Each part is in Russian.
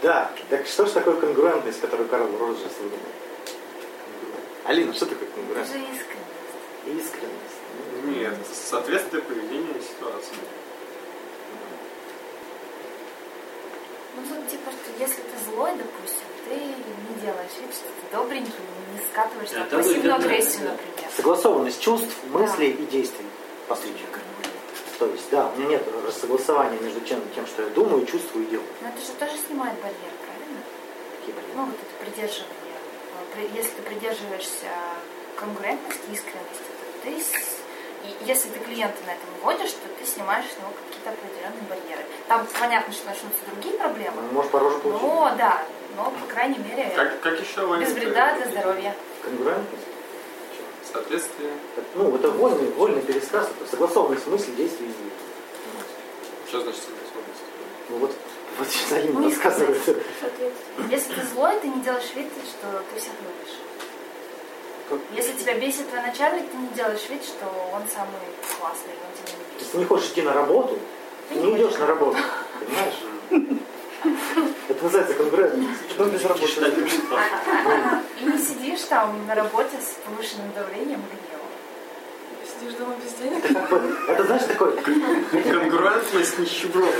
Да, так что же такое конгруентность, которую Карл Роджерс выдумал? Алина, что такое Это конгруентность? же искренность. Искренность. Нет, это соответствие поведения ситуации. Ну, тут типа, что если ты злой, допустим, ты не делаешь вид, что ты добренький, не скатываешься в пассивную агрессию, например. Согласованность чувств, мыслей и действий, по сути. То есть, да, у меня нет согласования между тем, что я думаю, чувствую и делаю. Но это же тоже снимает барьер, правильно? Какие барьеры? Ну, вот это придерживание. Если ты придерживаешься конгруентности, искренности, то ты, если ты клиента на это выводишь, то ты снимаешь с него какие-то определенные барьеры. Там понятно, что начнутся другие проблемы. Может, по роже получить. Но, да, но, по крайней мере, Как еще без вреда для здоровья. Конгруентность? Соответствие. Ну, это вольный пересказ, это согласованность мыслей, действий и эмоций. Что значит согласованность? Ну вот сейчас Алина рассказывает. Если ты злой, ты не делаешь вид, что ты всех любишь. Если тебя бесит твой начальник, ты не делаешь вид, что он самый классный, он тебя не бесит. Если ты не хочешь идти на работу, ты не идешь на работу. Понимаешь? Это называется конгруентность. Что без работы? И не сидишь там на работе с повышенным давлением и гневом. Сидишь дома без денег? Это знаешь такой... Конгруентность нищеброд.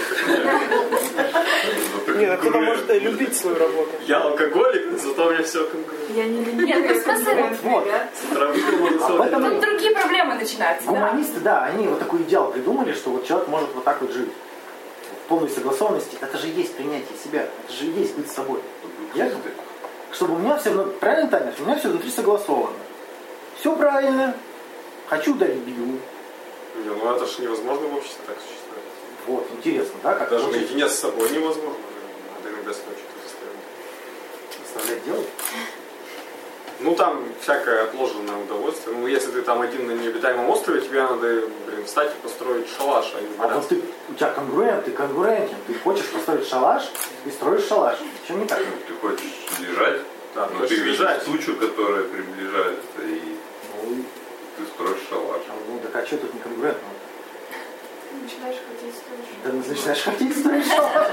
Нет, кто-то может любить свою работу. Я алкоголик, но зато у меня все конгруентно. Я не Нет, ну просто Вот. тут другие проблемы начинаются, да? Гуманисты, да, они вот такой идеал придумали, что вот человек может вот так вот жить. В полной согласованности. Это же и есть принятие себя. Это же и есть быть собой. Чтобы у меня все... Правильно, Таня? У меня все внутри согласовано. Все правильно. Хочу, да, бью. Не, ну это же невозможно в обществе так существовать. Вот, интересно, да? Как Даже наедине с собой невозможно. Надо иногда себя что-то заставлять делать? Ну там всякое отложенное удовольствие. Ну если ты там один на необитаемом острове, тебе надо, встать и построить шалаш, а не А вот у тебя конгруент, ты конгруентен. Ты хочешь построить шалаш и строишь шалаш. Чем не так? Ты хочешь лежать, да, но ты видишь тучу, которая приближается, и ты строишь шалаш. Ну так а что тут не конгруентно? Начинаешь хотеть строить. Да начинаешь хотеть строить шалаш.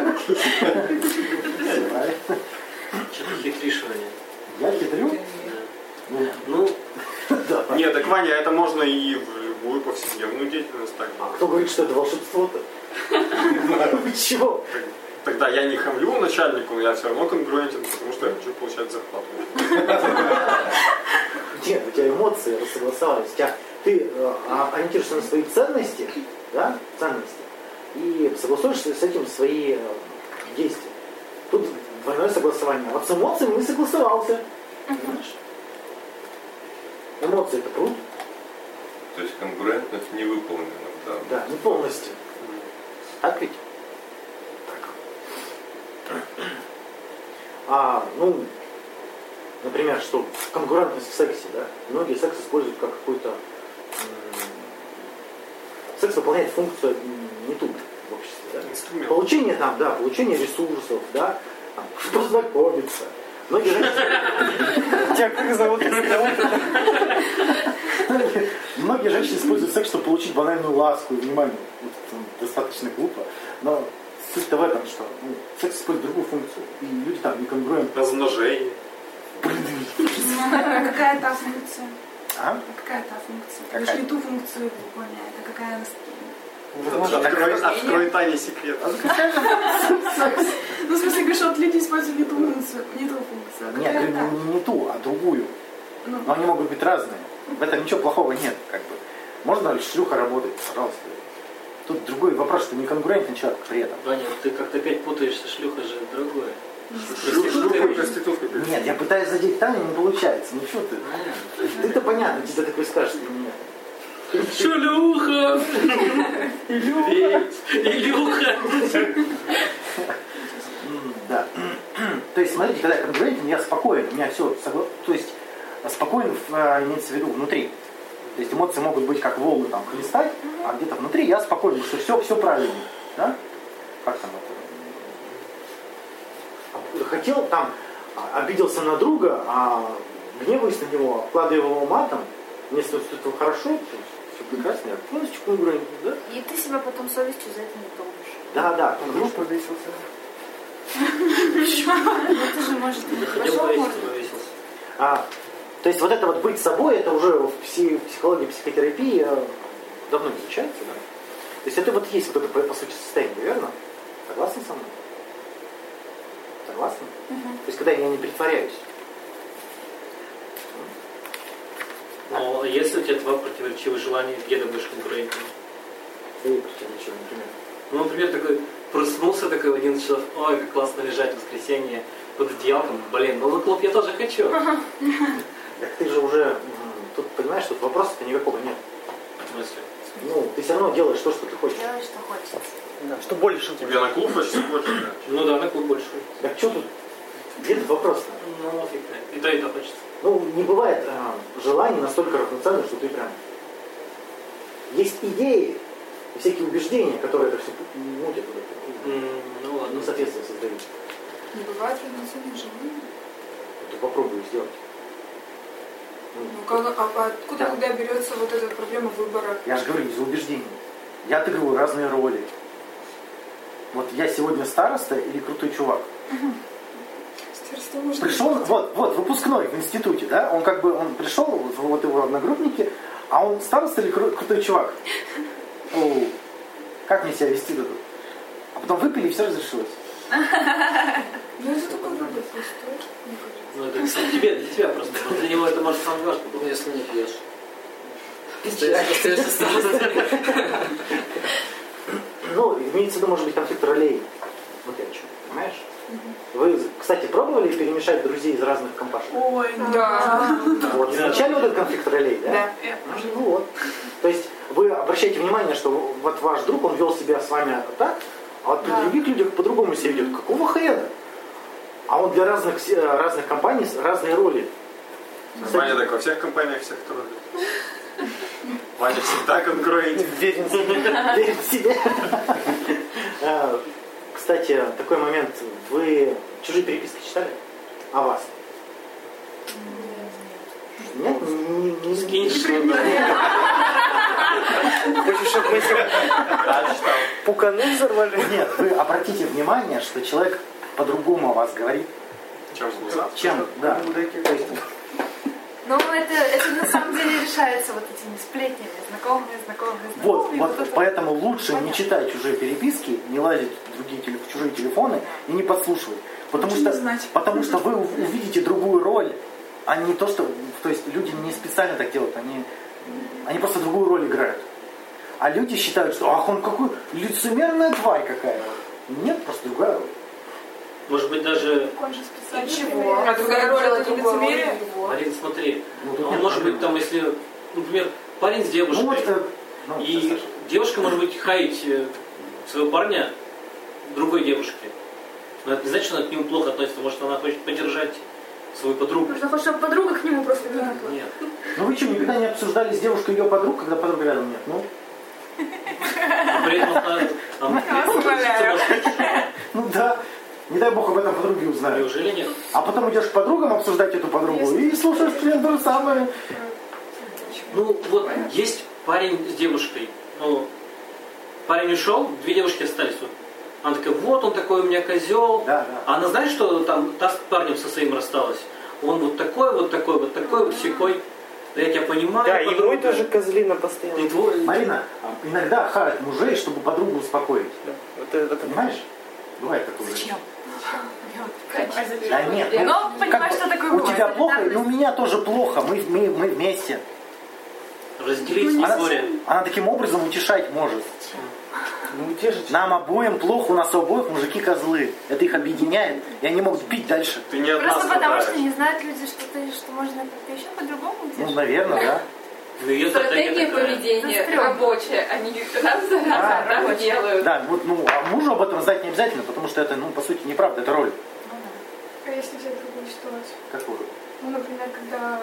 Правильно. Что-то хитришь, Ваня. Я хитрю? Ну, да. Нет, так, Ваня, это можно и в любую повседневную деятельность так. А кто говорит, что это волшебство-то? Чего? Тогда я не хамлю начальнику, но я все равно конгруентен, потому что я хочу получать зарплату. Нет, у тебя эмоции рассогласовались. Ты ориентируешься на свои ценности, да, ценности, и согласуешься с этим свои действия. Тут двойное согласование. А вот с эмоциями не согласовался. Понимаешь? Эмоции это круто. То есть конгруентность не выполнена. Да, не полностью. Так ведь? Ну, например, что конкурентность в сексе, да? Многие секс используют как какой-то... Секс выполняет функцию не ту в обществе, да? Инструмент. Получение там, да, получение ресурсов, да, там, познакомиться. Многие женщины... Тебя как зовут? Многие женщины используют секс, чтобы получить банальную ласку и внимание. Достаточно глупо. Но суть-то в этом, что секс использует другую функцию. И люди там неконгруентны. Размножение. А какая та функция? А? Какая та функция? Ты же не ту функцию выполняет, а какая она... Открой Тане секрет. Ну, в смысле, говоришь, вот люди используют не ту функцию. Нет, не ту, а другую. Но они могут быть разные. В этом ничего плохого нет, как бы. Можно ли шлюха работать, пожалуйста. Тут другой вопрос, что не конкурентный человек при этом. Ваня, ты как-то опять путаешься, шлюха же другое. Шлюха и проститутка. Нет, я пытаюсь задеть Таню, не получается. Ну что ты? Ты-то понятно, тебе такой скажешь, что нет. Шлюха! Илюха! Да. То есть, смотрите, когда я конкурентен, я спокоен, у меня все то есть, спокоен имеется в виду внутри. То есть эмоции могут быть как волны там хлестать, а где-то внутри я спокоен, что все правильно. Да? Как там это? Хотел там, обиделся на друга, а гневаюсь на него, обкладываю его матом, мне что это хорошо, все прекрасно, я полностью конкурентен, да? И ты себя потом совестью за это не долбишь. Да. Друг повесился. Ну, ты же, может, и не Хотя бы пошел, если может. повесился. То есть вот это вот быть собой, это уже в психологии, психотерапии давно изучается, да? То есть это вот есть вот это, по сути, состояние, верно? Согласны со мной? Согласны? То есть когда я не притворяюсь. Но если у тебя два противоречивых желания, где ты будешь конкурентным? Или противоречиво, например. Ну, например, такой проснулся такой в 11 часов, ой, как классно лежать в воскресенье под одеялком, блин, новый клуб я тоже хочу. Так ты же уже, тут понимаешь, тут вопроса-то никакого нет. В смысле? Ну, ты все равно делаешь то, что ты хочешь. Делай, что хочется. Да, что больше Тебе на клуб хочется больше, да? Ну да, на клуб больше. Так что тут? Где тут вопрос-то? Ну, фиг знает. И то хочется. Ну, не бывает желаний настолько равноценных, что ты прям... Есть идеи и всякие убеждения, которые это все мутят, вот это, Ну ладно. несоответствие создают. Не бывает равноценных желаний. Ты попробуй сделать. Ну, откуда тогда берется вот эта проблема выбора? Я же говорю, из-за убеждений. Я отыгрываю разные роли. Вот я сегодня староста или крутой чувак? Старство может Пришел, быть. вот, выпускной в институте, да? Он как бы, он пришел, вот его одногруппники, а он староста или крутой чувак? Оу, как мне себя вести тут? А потом выпили, и все разрешилось. Ну, это такой выбор пустой, мне кажется. Ну, это, кстати, для тебя просто. Но для него это может самое важное было. Если не пьешь. Ну, имеется в виду, может быть, конфликт ролей. Вот я о чем, понимаешь? Вы, кстати, пробовали перемешать друзей из разных компашек? Ой, да. Вот, изначально вот этот конфликт ролей, да? Да. Ну вот. То есть вы обращаете внимание, что вот ваш друг, он вел себя с вами так, а вот при других людях по-другому себя ведет. Какого хрена? А он для разных компаний разные роли. Ваня так во всех компаниях всех трогает. Ваня всегда конкурент. Верен в себе. Кстати, такой момент. Вы «Чужие переписки» читали? О вас? Нет? Не Скинешь. Хочешь, чтобы мы себе пуканы взорвали? Нет, вы обратите внимание, что человек по-другому о вас говорит. Чем глаза? Чем? Да. То есть, Ну, это на самом деле решается вот этими сплетнями, знакомыми. вот, и вот это- поэтому лучше не Понятно. читать чужие переписки, не лазить в чужие телефоны и не подслушивать. Потому Лучше что, не знать. потому что вы увидите другую роль, а не то, что... То есть люди не специально так делают, они просто другую роль играют. А люди считают, что ах, он какой лицемерная тварь какая. Нет, просто другая роль. Может быть, даже... Он же специально. Чего? А другая роль это не лицемерие? Марин, смотри. Ну, тут Он нет может проблем. быть там, если, например, парень с девушкой. Ну вот, И Саша. девушка может быть хаять своего парня другой девушке. Но это не значит, что она к нему плохо относится. Может, она хочет поддержать свою подругу. Может, он хочет, чтобы подруга к нему просто не напала. Нет. Ну вы что, никогда не обсуждали с девушкой ее подруг, когда подруги рядом нет? Ну, А при этом она там, умоляю. ну да. Не дай бог об этом подруги узнают. неужели нет? А потом идешь к подругам обсуждать эту подругу и слушаешь клиент то же самое. Ну, вот, есть парень с девушкой. Ну, парень ушел, две девушки остались. Вот. Она такая, вот он такой у меня козел. Да, да. А она знает, что там та с парнем со своим рассталась? Он вот такой, вот такой, вот такой, вот всякой. Да я тебя понимаю. Да, и подруга. мой тоже козлина постоянно. И твой... Марина, иногда харят мужей, чтобы подругу успокоить. Вот это Понимаешь? Бывает такое. Зачем? Да нет. Ну, как понимаешь, бы, что такое у бывает. тебя плохо, Солидарность. но у меня тоже плохо. Мы вместе. Разделить не Она, ссоря. она таким образом утешать может. Ну, те же... Нам обоим плохо, у нас у обоих мужики козлы. Это их объединяет, и они могут пить дальше. Ты не от нас Просто потому, что страдаешь. не знают люди, что можно как-то еще по-другому Ну, делать. наверное, да. Ну, ее Стратегия такая. поведения Застрём. рабочая. Они раз за разом Да, так рабочая. делают. Да, вот, ну, а мужу об этом знать не обязательно, потому что это, ну, по сути, неправда, это роль. А если взять другую ситуацию? Какую? Ну, например, когда...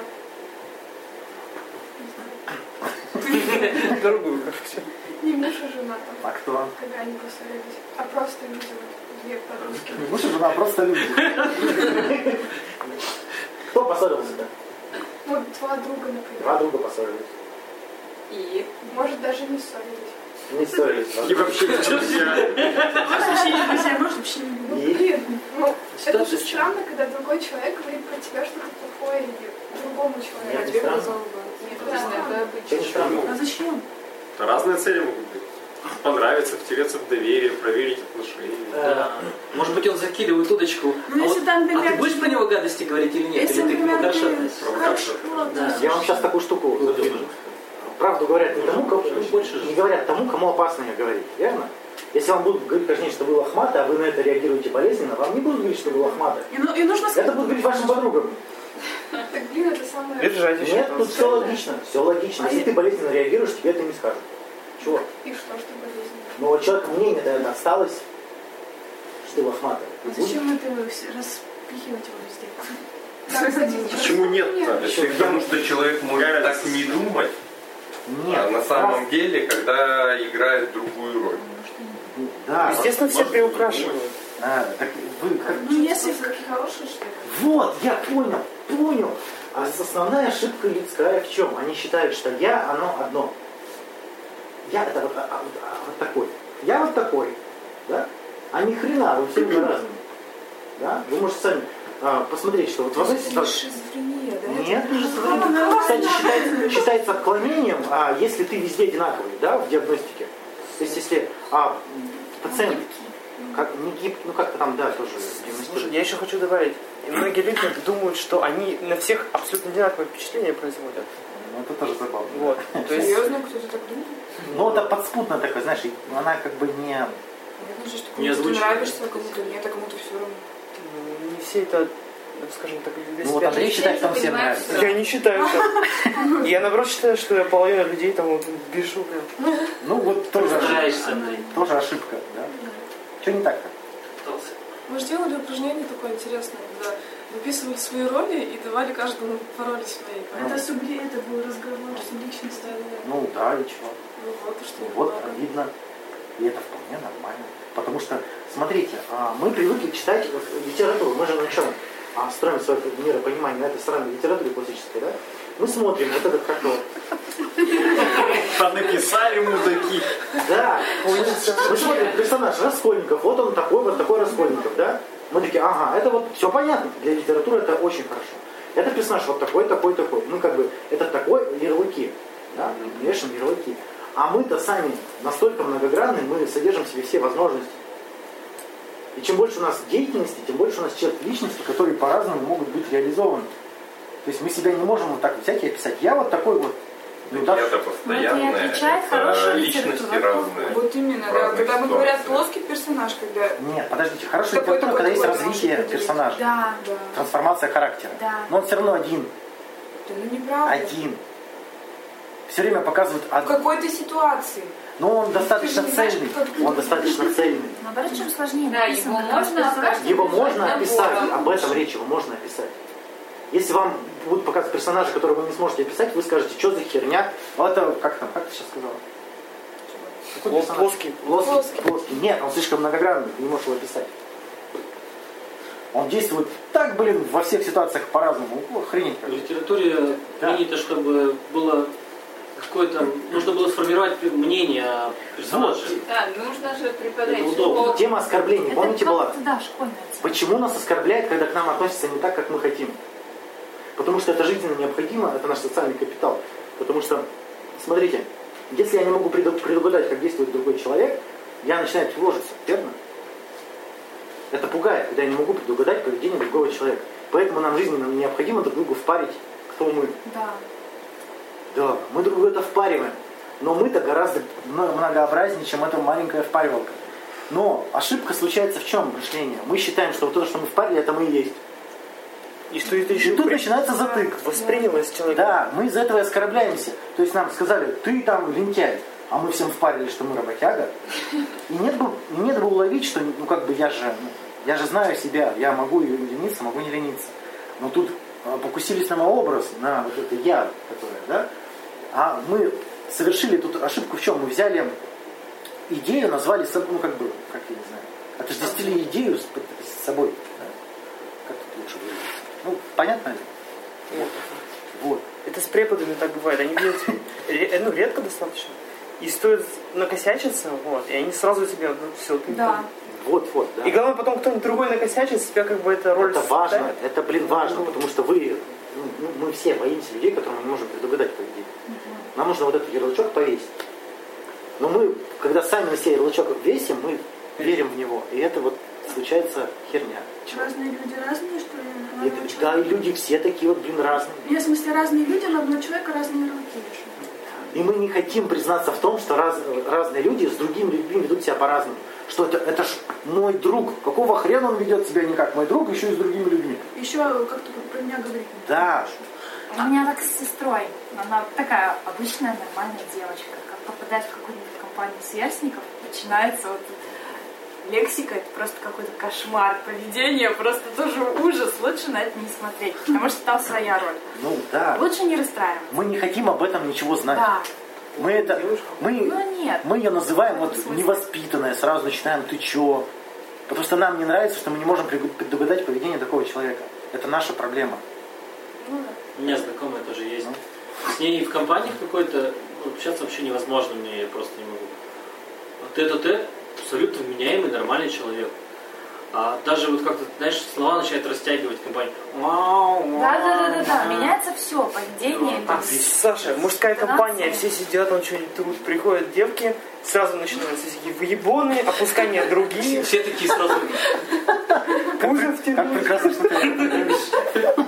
Другую, короче. Не муж и жена там, А кто? когда они поссорились, а просто люди, вот, две подружки. Не муж и жена, а просто люди. Кто поссорился-то? Вот два друга, например. Два друга поссорились. И Может, даже не ссорились. Не история. И вообще не друзья. Можно вообще не друзья, можно вообще не И- блин, ну, это Ситуация же в чем? странно, когда другой человек говорит про тебя что-то плохое или другому человеку. Нет, не странно. Нет, странно, это Это не обычно. странно. А зачем? Разные цели могут быть. Понравиться, втереться в доверие, проверить отношения. Да. Может быть, он закидывает удочку. Ну, если там, а например, ты будешь про него гадости говорить или нет? Если, Или ты к нему например, хорошо ты относишься? хорошо, Да. Я вам сейчас такую штуку задвину. Правду говорят не тому, кому, Больше же. не говорят тому, кому опасно ее говорить, верно? Если вам будут говорить, конечно, что вы лохматы, а вы на это реагируете болезненно, вам не будут говорить, что вы лохматы. И нужно сказать, Это будут говорить вашим подругам. так, блин, это самое... Держать еще. Нет, тут все логично, все логично. Если ты болезненно реагируешь, тебе это не скажут. Чего? И что болезнь? Но у человека мнение-то это осталось, что ты лохматый. А зачем это распихивать его везде? Да, кстати, Почему нет-то? Это потому что человек может так не думать, Нет. а на самом деле, когда играет другую роль. Да. Естественно, все приукрашивают. Так вы как... Ну, если какие хорошие, что ли? Вот, я понял. А основная ошибка людская в чем? Они считают, что я, оно одно. Я это вот такой. Я вот такой. Да? А ни хрена, вы все время разные. Да? Вы можете сами посмотреть, что вот в одной ситуации... Шизофрения, да? Нет, не шизофрения. Кстати, считается отклонением, если ты везде одинаковый, да, в диагностике. То есть, если пациент как, не гибкий, ну как-то там, да, тоже Слушай, диагностируют. я еще хочу добавить. И многие люди думают, что они на всех абсолютно одинаковое впечатление производят. Ну, это тоже забавно. Вот. То есть, Серьезно, кто-то так думает? Ну, это подспутно такое, знаешь, она как бы не... Понятно же, что Не кому-то ты озвучено. нравишься, а кому-то нет, а кому-то все равно. не все это, скажем так, для Ну, вот себя. Андрей считает, что он всем понимает, нравится. Я не считаю это. Я наоборот считаю, что я половину людей там вот бешу прям. Ну, вот тоже Стараешься, ошибка. Андрей. Тоже ошибка, да? Что не так-то? Пытался. Мы же делали упражнение такое интересное, когда выписывали свои роли и давали каждому по роли своей. Ну. Это был разговор с личностью. Ну, да, и чего? Ну вот, и что. Вот, видно. И это вполне нормально. Потому что, смотрите, мы привыкли читать литературу. Мы же на чем строим свое миропонимание на этой странной литературе классической, да? Мы смотрим вот этот как вот. Понаписали мудаки. Да. Мы смотрим персонаж Раскольников. Вот он такой, вот такой Раскольников, да? Мы такие, ага, это вот все понятно. Для литературы это очень хорошо. Это персонаж вот такой, такой, такой. Ну, как бы, это такой ярлыки. Да? Вешаем ярлыки. А мы-то сами настолько многогранны, мы содержим в себе все возможности. И чем больше у нас деятельности, тем больше у нас черт личности, которые по-разному могут быть реализованы. То есть мы себя не можем вот так взять и описать. Я вот такой вот. Ну, да. Это постоянное, это и отличает это хорошую личности литературу. разные. Вот именно, в да. разных Когда мы говорят ситуациях. плоский персонаж, когда... Нет, подождите, хорошая Такой, литература, когда есть такой, развитие может быть. персонажа. Да. Да. Трансформация характера. Да. Но он все равно один. Да, ну неправда. Один. Все время показывают В один. какой-то ситуации. Но он достаточно Ты же не знаешь, цельный. как- Он достаточно цельный. Наоборот, чем сложнее Да, написан его как раз можно персонаж, каждый Его персонаж можно набором. описать, об этом речь, его можно описать. Если вам будут показывать персонажа, которого вы не сможете описать, вы скажете, что за херня. А это, как ты сейчас сказала? Какой персонаж? Плоский. Плоский. Нет, он слишком многогранный, ты не можешь его описать. Он действует так, во всех ситуациях по-разному. Охренеть как. В литературе Да. принято, чтобы было какое-то... Нужно было сформировать мнение о персонаже. Да, нужно же преподать. Это удобно. Тема оскорблений, Это помните, была? как-то, да, школьная тема. Почему нас оскорбляют, когда к нам относятся не так, как мы хотим? Потому что это жизненно необходимо, это наш социальный капитал. Потому что, смотрите, если я не могу предугадать, как действует другой человек, я начинаю тревожиться, верно? Это пугает, когда я не могу предугадать поведение другого человека. Поэтому нам жизненно необходимо друг другу впарить, кто мы. Да. Да, мы друг друга это впариваем. Но мы-то гораздо многообразнее, чем эта маленькая впаривалка. Но ошибка случается в чем мышление? Мы считаем, что вот то, что мы впарили, это мы и есть. И что это И еще тут начинается затык. воспринялось человеком. Да, мы из-за этого и оскорбляемся. То есть нам сказали, ты там лентяй, а мы всем впарили, что мы работяга. И нет бы уловить, что я же знаю себя, я могу и лениться, могу не лениться. Но тут покусились на мой образ, на вот это я, которое, да? А мы совершили тут ошибку в чем? Мы взяли идею, назвали, как я не знаю, отождествили идею с собой. Да? Как тут лучше выразиться? Ну, понятно ли? Нет. Вот. Это с преподами так бывает. Они видят, редко достаточно. и стоит накосячиться, вот, и они сразу тебя, ну все, ты... Да. Вот, да. И главное, потом кто-нибудь другой накосячит, себя как бы эта роль... Это важно, ставит. это, важно, потому что мы все боимся людей, которым мы не можем предугадать поведение. Нам нужно вот этот ярлычок повесить. Но мы, когда сами на себе ярлычок весим, мы верим в него. И это вот случается херня. Разные люди разные, что ли? Да, и люди все такие вот, разные. Нет, в смысле, разные люди, но одного человека разные ярлыки вешают. И мы не хотим признаться в том, что разные люди с другими людьми ведут себя по-разному. Что это ж мой друг. Какого хрена он ведет себя не как мой друг, еще и с другими людьми? Еще как-то про меня говорит. Да. У меня так с сестрой. Она такая обычная, нормальная девочка. Как попадает в какую-нибудь компанию сверстников, начинается вот лексика, это просто какой-то кошмар поведения, просто тоже ужас. Лучше на это не смотреть, потому что там своя роль. Ну да. Лучше не расстраиваться. Мы не хотим об этом ничего знать. Да. Мы нет. Мы ее называем вот невоспитанная, сразу начинаем «ты чё?». Потому что нам не нравится, что мы не можем предугадать поведение такого человека. Это наша проблема. У меня знакомая тоже есть. С ней в компании какой-то общаться вообще невозможно, мне я просто не могу. Тет-а-тет абсолютно вменяемый, нормальный человек. А даже вот как-то, знаешь, слова начинают растягивать компанию. Да. Меняется все, поведение. Саша, мужская компания, все сидят, он что-нибудь тут приходят девки, сразу начинаются такие выебоны, опускания другие. Все такие сразу. Ужас тебе. Как прекрасно, что ты это говоришь.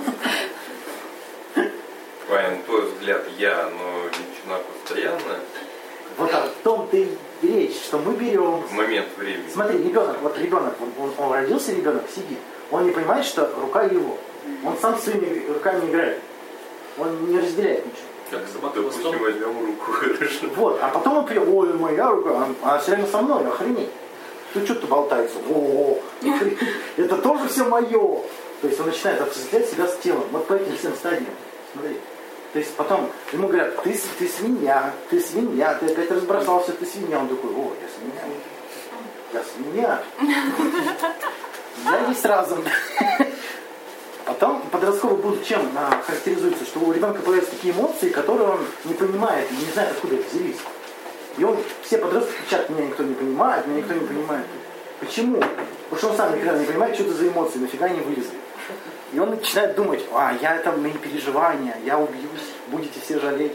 Ваня, на твой взгляд, но величина постоянная. Вот о том-то и речь, что мы берем... В момент времени. Смотри, ребенок, он родился, ребенок сидит. Он не понимает, что рука его. Он сам своими руками играет. Он не разделяет ничего. Так, допустим, возьмем руку, хорошо. Вот, а потом он придет, ой, моя рука, она все время со мной, охренеть. Тут что-то болтается, это тоже все мое. То есть он начинает отождествлять себя с телом. Вот по этим всем стадиям. Смотри. То есть потом ему говорят, ты свинья, ты опять разбросался, ты свинья. Он такой, о, я свинья. Я есть разум. Потом подростковый буд чем характеризуется, что у ребенка появляются такие эмоции, которые он не понимает и не знает, откуда они взялись. И все подростки кричат, меня никто не понимает. Почему? Потому что он сам никогда не понимает, что это за эмоции, нафига они вылезли. И он начинает думать, это мои переживания, я убьюсь, будете все жалеть.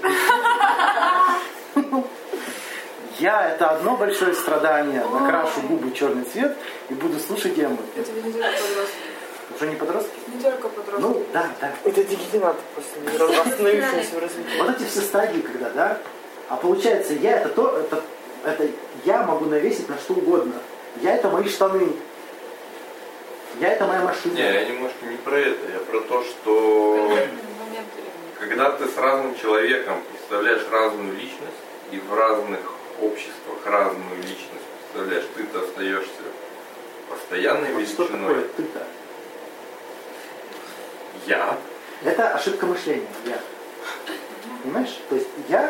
Я это одно большое страдание, накрашу губы черный цвет и буду слушать ямы. Это не только подростки. Уже не подростки? Не только подростки. Ну, да. Это дегенераты просто, остановившиеся в развитии. Вот эти все стадии, когда, да? А получается, это я могу навесить на что угодно. Я это мои штаны. Я это моя машина. Не, я немножко не про это. Я про то, что когда ты с разным человеком представляешь разную личность, и в разных обществах разную личность представляешь, ты-то остаешься постоянной величиной. Что такое ты-то? Я. Это ошибка мышления. Я. Понимаешь? То есть я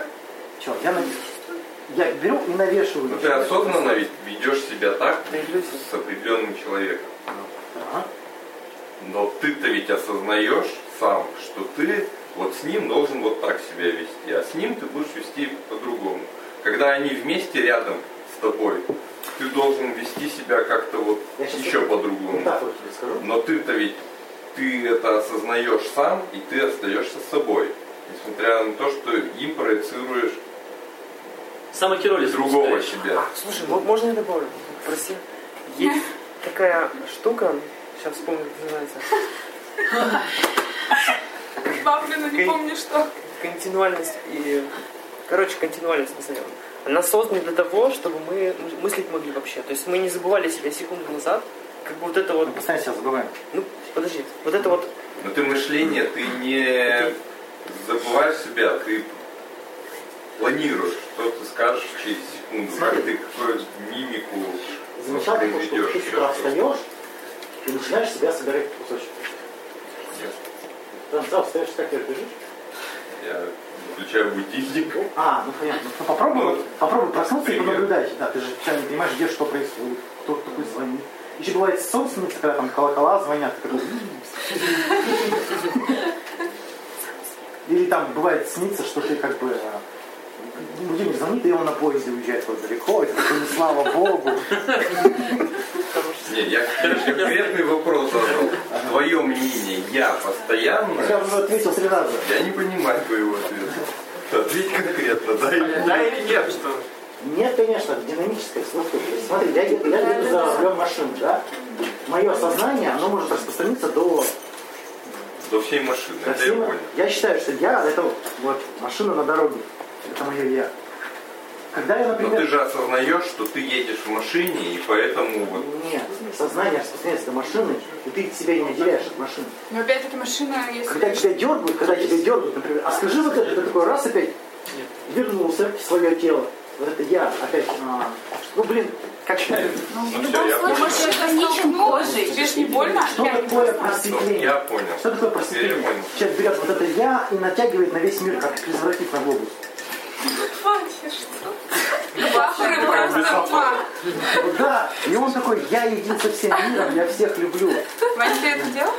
беру и навешиваю. Но ты осознанно ведь ведешь себя так с определенным человеком. Ага. Но ты-то ведь осознаешь сам, что ты вот с ним должен вот так себя вести, а с ним ты будешь вести по-другому. Когда они вместе рядом с тобой, ты должен вести себя как-то вот еще по-другому. Но ты-то ведь ты это осознаешь сам, и ты остаешься с собой. Несмотря на то, что им проецируешь другого себя. Слушай, можно я добавлю? Прости. Есть такая штука, сейчас вспомню, как называется. Баблина, не помню что. Континуальность континуальность назовем. Она создана для того, чтобы мы мыслить могли вообще. То есть мы не забывали себя секунду назад. Как бы вот это вот... Мы постоянно себя забываем. Ну, подожди. Вот это вот... Но ты мышление, ты не забываешь себя, ты планируешь, что ты скажешь через секунду, как ты какую мимику замечал, что ты с утра встаешь и начинаешь себя собирать в кусочки. Нет. Ты сам встаешь, как ты бежишь? Я включаю будильник. Ну понятно. Ну, попробуй проснуться и понаблюдать. Да, ты же сейчас не понимаешь, где что происходит, кто такой звонит. Еще бывает сон снится, когда там колокола звонят. Или там бывает снится, что ты как бы будильник звонит, и он на поезде уезжает вот далеко, и ты такой, ну слава богу. Нет, я конкретный вопрос задал. Твое мнение, я постоянно... Я уже ответил 3 раза. Я не понимаю твоего ответа. Ответь конкретно, да или нет, что? Нет, конечно, динамическая структура. То есть, смотри, я еду за рулем машины, да? Мое сознание, оно может распространиться до всей машины, это я всей- понял. Я считаю, что я, это вот машина на дороге. Это мое я. Когда я, Но например... ты же осознаешь, что ты едешь в машине, и поэтому вот... Нет, сознание распространяется до машины, и ты себя не отделяешь от машины. Но опять-таки машина, если... Когда тебя дергают, например, а скажи вот это, ты такой раз опять вернулся в свое тело. Вот это я опять, ну блин, как считаю. Ну все, я понял. Может, это ограничен кожей. Тебе ж не больно? Что такое просветление? Я понял. Что такое Теперь я просветление? понял. Человек берет вот это я и натягивает на весь мир, как презерватив на глобус. Ваня, что? Бахры просто два. Вот да, и он такой, я един со всем миром, я всех люблю. Ваня, ты это делал?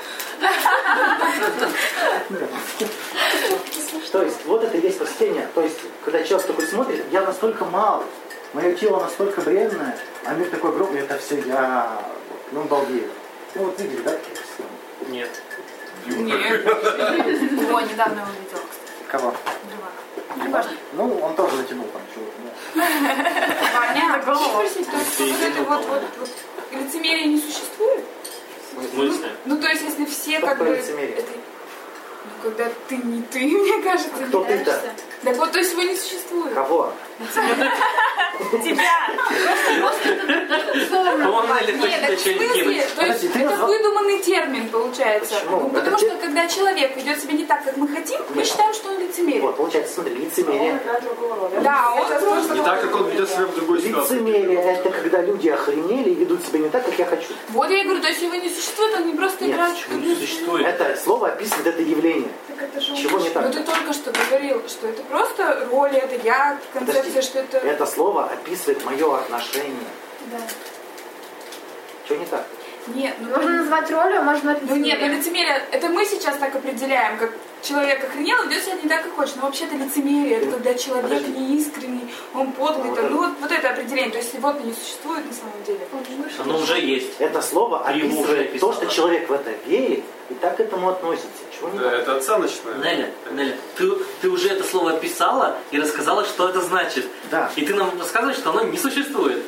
То есть, вот это и есть просветление. То есть, когда человек такой смотрит, я настолько мал, мое тело настолько бренное, а мир такой огромный, это все я, ну, балдею. Ну, вот видели, да? Нет. Нет. Его недавно увидела, кстати. Кого? Неважно. Ну, он тоже натянул там чего-то. Ваня, хочу спросить, то есть вот это вот лицемерие не существует? В смысле? Ну, то есть, если все Что как бы... такое лицемерие? это- Ну, когда ты не ты, мне кажется, Кто не ты-то? кажется. Так вот, то есть его не существует. Кого? Тебя! По-моему, или Нет, хочет так в еще смысле? кинуть. То Подожди, есть ты это назвал- выдуманный термин получается. Почему? Ну, потому Это что когда человек ведет себя не так, как мы хотим, мы Нет. считаем, что он лицемерит. Вот, получается, смотри, лицемерие. Да, он просто... Не так, как он ведет себя в другой ситуации. Лицемерие – это когда люди охренели и ведут себя не так, как я хочу. Вот я и говорю, то есть его не существует, он не просто Нет, играет Почему не существует? Это слово описывает это явление. Чего не Ну так? ты только что говорил, что это просто роли, это я, концепция, Подожди. что это... Это слово описывает мое отношение. Да. Чего не так? Нет, ну... Можно назвать ролью, можно Ну нет, ну лицемерие, это мы сейчас так определяем, как человек охренел, ведет себя не так, как хочет. Но вообще-то лицемерие, это когда человек Подожди. неискренний, он подлый, там, ну вот это определение. То есть его-то не существует на самом деле. Оно уже есть. Это слово Ты его уже описывает то, описала. что человек в это верит и так к этому относится. Чего не Да, так? это оценочное. Неля, ты уже это слово описала и рассказала, что это значит. Да. И ты нам рассказываешь, что оно не существует.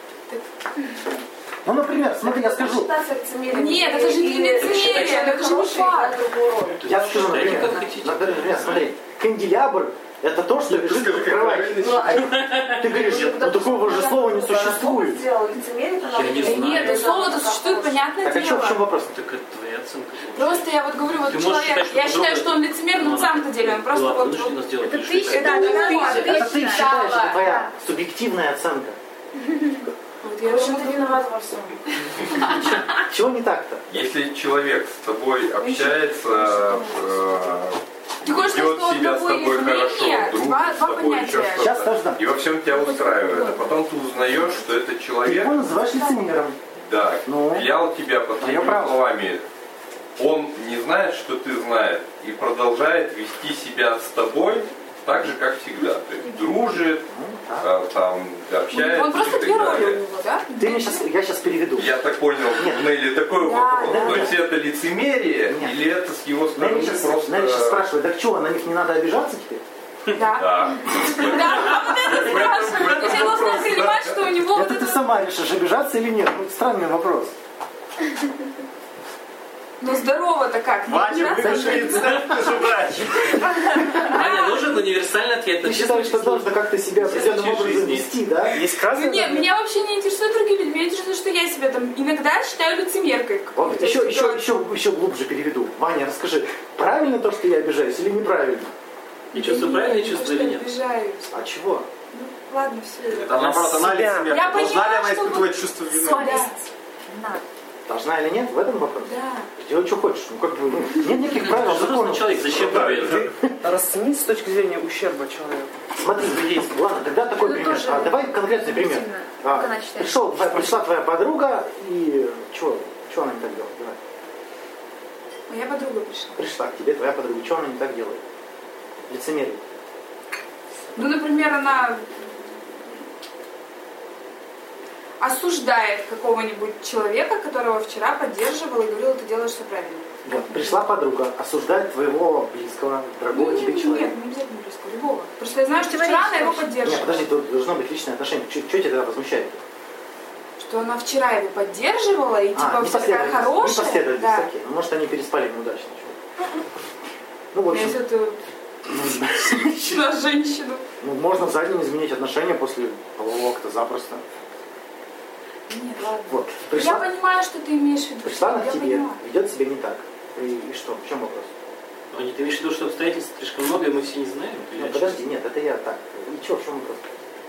Ну, например, смотри, я скажу. Нет, это же не лицемерие, это же не факт. Я скажу, Считайте, например, как хотите. например, смотри, канделябр – это то, что лежит в кровати. Ты говоришь, ну такого же слова не существует. Я не знаю. Нет, это слово-то существует, понятное Так а дело. в чем вопрос? Так это твоя оценка. Просто я вот говорю, вот Ты можешь человек, считать, что я ты считаю, другой. что он лицемер, но на самом-то деле он просто Ладно, вот... вынуждена сделать. Это решение. ты считаешь, Это ты считаешь, это да. твоя субъективная оценка. Вот я очень виноват во всем. Чего не так-то? Если человек с тобой общается, Ты хочешь сказать, ведет что себя у с одного тобой есть хорошо, мнение? друг Два с тобой, еще понятия. Сейчас что-то, должна. и во всем тебя устраивает, а потом ты узнаешь, что это Ты человек, его называешь лицемером. да, Ну? клял тебя под Твое твоими право. словами, он не знает, что ты знаешь, и продолжает вести себя с тобой так же, как всегда. То есть дружит, там, общается Он просто и две так роли у далее. него, да? Я сейчас переведу. Я так понял, Нет. Нелли, такой Да, вопрос. да, То есть это лицемерие, Нет. или это с его стороны Наверное, просто... сейчас спрашивает, так что, на них не надо обижаться теперь? Да. Да. Да, а вот это спрашивают. То есть я должна понимать, что у него вот Это ты это... сама решишь, обижаться или нет. Ну, это странный вопрос. Ну здорово-то как? Ваня, выключи центр, ты же врач. Ваня, нужен универсальный ответ на Ты все считаешь, что свои должен как-то себя определенным случаи образом жизни. вести, да? Есть Ну красный. нет, меня вообще не интересуют другие люди. Меня интересует, что я себя там иногда считаю лицемеркой. Вот, еще глубже переведу. Ваня, расскажи, правильно то, что я обижаюсь, или неправильно? И чувство правильное чувство или нет? Обижаюсь. А чего? Ну, ладно, все. Там наоборот, она себя. лицемерка. Я Должна ли поняла, она что испытывать вот- чувство вины? Совесть. Надо. Должна или нет? В этом вопрос. Да. Делай, что хочешь. Ну, как бы, ну, нет никаких правил, Взрослый законов. человек, зачем тебе это? Расцени с точки зрения ущерба человеку. Смотри, ладно, тогда такой Ну, пример. тоже Давай конкретный пример. сильно. Как она считает? Пришла твоя подруга, и что она не так делает? Давай. Моя подруга пришла. Пришла к тебе твоя подруга, что она не так делает? Лицемерие. Ну, например, она осуждает какого-нибудь человека, которого вчера поддерживала и говорила, ты делаешь все правильно. Вот, пришла подруга, осуждает твоего близкого, дорогого тебе человека. Нет, не обязательно близкого, любого. Просто я знаю, что вчера она его поддерживала. Нет, подожди, тут должно быть личное отношение. Что тебя тогда возмущает? Что она вчера его поддерживала и типа вся такая хорошая. Непоследовательность, Да. окей. Ну, может, они переспали неудачно. Ну, в общем, Если это женщина женщину. ну, можно за день изменить отношения после полового акта запросто. Нет, ладно. Вот, Я пришла, понимаю, что ты имеешь в виду. пришла она Я к тебе, понимаю. ведет себя не так. И что? В чем вопрос? Аня, ты имеешь в виду, что обстоятельств слишком много, и мы все не знаем? Ну, подожди, нет, это я так. И что, в чем вопрос?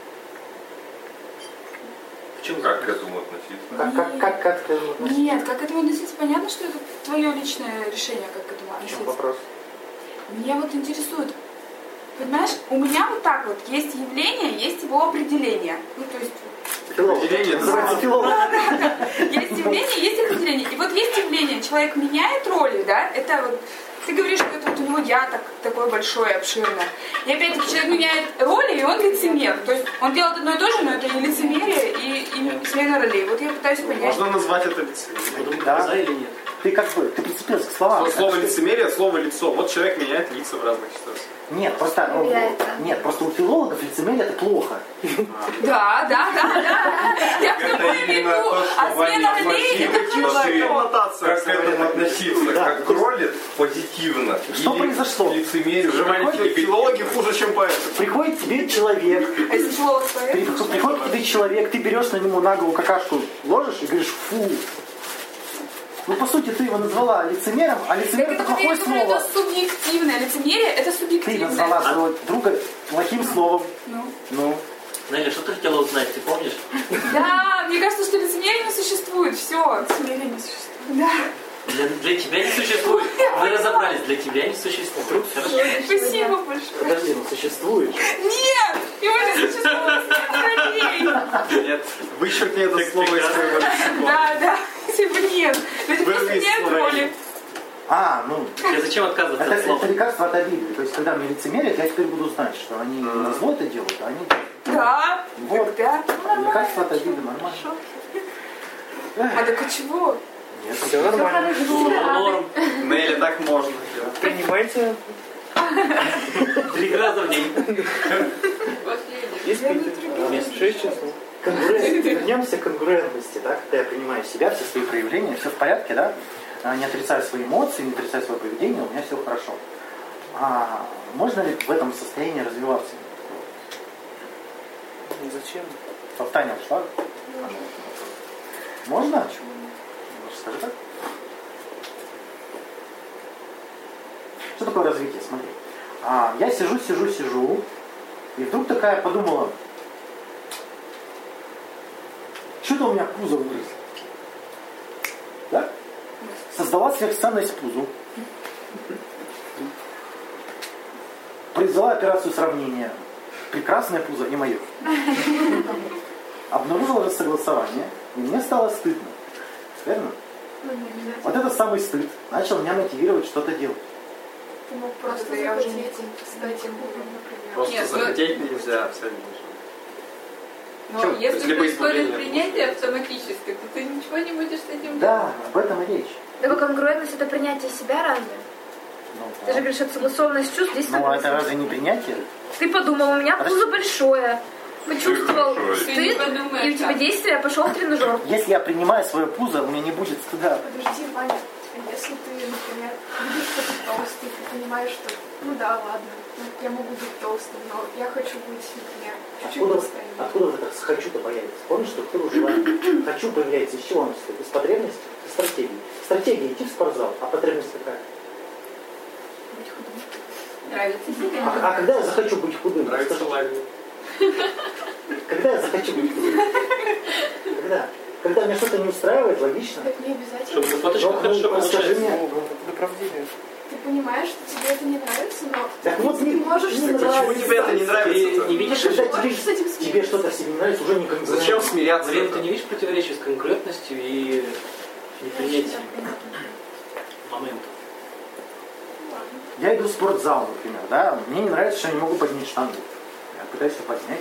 Как к этому относиться? Как к этому относиться? Нет, как к этому относиться? Понятно, что это твое личное решение, как к этому В чем относиться. вопрос? Меня вот интересует, понимаешь, у меня вот так вот есть явление, есть его определение. Ну, то есть... Филолог. Определение Называется филолог. Есть явление, есть определение. И вот есть явление, человек меняет роли, да, это вот... Ты говоришь, что это вот у него я такое большое, обширное. И опять-таки человек меняет роли, и он лицемер. То есть он делает одно и то же, но это и лицемерие, и смена ролей. Вот я пытаюсь понять. Можно назвать это лицемерием. Да. Да или нет? Ты как бы, ты прицепился к словам. Слово лицемерие, слово лицо. Вот человек меняет лица в разных ситуациях. Нет, просто, ну, нет, просто у филологов лицемерие это плохо. Да. Я к тому и веду. А смена ролей это хорошо. Как к этому относиться? Да. Как к роли позитивно? Что Или произошло? к лицемерию? Филологи хуже, чем поэты. Приходит к тебе человек, А если филолог поэт? приходит к тебе человек, ты берешь на него на голову какашку, ложишь и говоришь фу. Ну, по сути, ты его назвала лицемером, а лицемер Так это это, плохое я думаю, слово. это субъективное. Лицемерие это Ты субъективное. назвала своего друга плохим словом. Ну. Неля, что ты хотела узнать, ты помнишь? Да, мне кажется, что лицемерие не существует. Все. Лицемерие не существует. Да. Для тебя не существует. Мы разобрались, для тебя не существует. Хорошо. Спасибо большое. Подожди, ну существует. Нет! Его не существует смена ролей. Нет, вычеркни это слово из своего лексикона. Да. Типа нет. Люди просто Вырви из меняют слова. роли. Ну, Я зачем отказываться от это слова? лекарство от обиды. То есть, когда мне лицемерят, я теперь буду знать, что они не на зло это делают, а они... Да. Вот. Да. Лекарство от обиды, нормально. А так а чего? Нет, Все нормально. Норм. Неля, так можно. Принимайте. 3 раза в день. И спите. 6 часов. Вернемся к конгруентности, да, когда я принимаю себя, все свои проявления, все в порядке, да, не отрицаю свои эмоции, не отрицаю свое поведение, у меня все хорошо. А можно ли в этом состоянии развиваться? Зачем? Таня ушла? Можно? Скажи так. Что такое развитие? Смотри. Я сижу, и вдруг такая подумала, что-то у меня пузо вырос. Да? Создала сверхценность пузу. Произвела операцию сравнения. Прекрасное пузо и мое. Обнаружила рассогласование, и мне стало стыдно. Верно? Вот этот самый стыд начал меня мотивировать что-то делать. Ты мог просто захотеть стать худым, например. Просто Нет, ну- захотеть нельзя, все не Но Чё? если Либо происходит избавление принятие автоматически, то ты ничего не будешь с этим Да, об этом и речь. Да, конгруентность это принятие себя разве? Ну, Ты же говоришь, это согласованность чувств, здесь ну это разве не принятие? Ты подумал, у меня пузо большое. Почувствовал Ты стыд, не подумаешь, и у тебя да. действие, пошел в тренажер. Если я принимаю свое пузо, у меня не будет стыда. Подожди, Ваня, а если ты, например, видишь, что ты толстый, ты понимаешь, что, ну да, ладно, я могу быть толстым, но я хочу быть, например, чуть-чуть постояннее. Откуда вот это «хочу»-то появится? Помнишь, что кто желание? «Хочу» появляется из чего оно состоит? Из потребности, из стратегии. Стратегия идти в спортзал, а потребность какая? нравится себе. А когда я захочу быть худым? Нравится Скажи, лагерь. когда я захочу быть худым? Когда? Когда меня что-то не устраивает, логично. Так не обязательно. Чтобы на фоточках хорошо скажи получается. мне. Это правдивее. Ты понимаешь, что тебе это не нравится, но Так вот, ты можешь не с этим Почему нравится. тебе это не Ты нравится? не видишь, Когда можешь с этим смириться. тебе что-то в себе не нравится, уже не конкурентно. Зачем смиряться? Марина, ты не видишь противоречия с конкурентностью и непринятием момента? Я иду в спортзал, например, да, мне не нравится, что я не могу поднять штангу. Я пытаюсь ее поднять.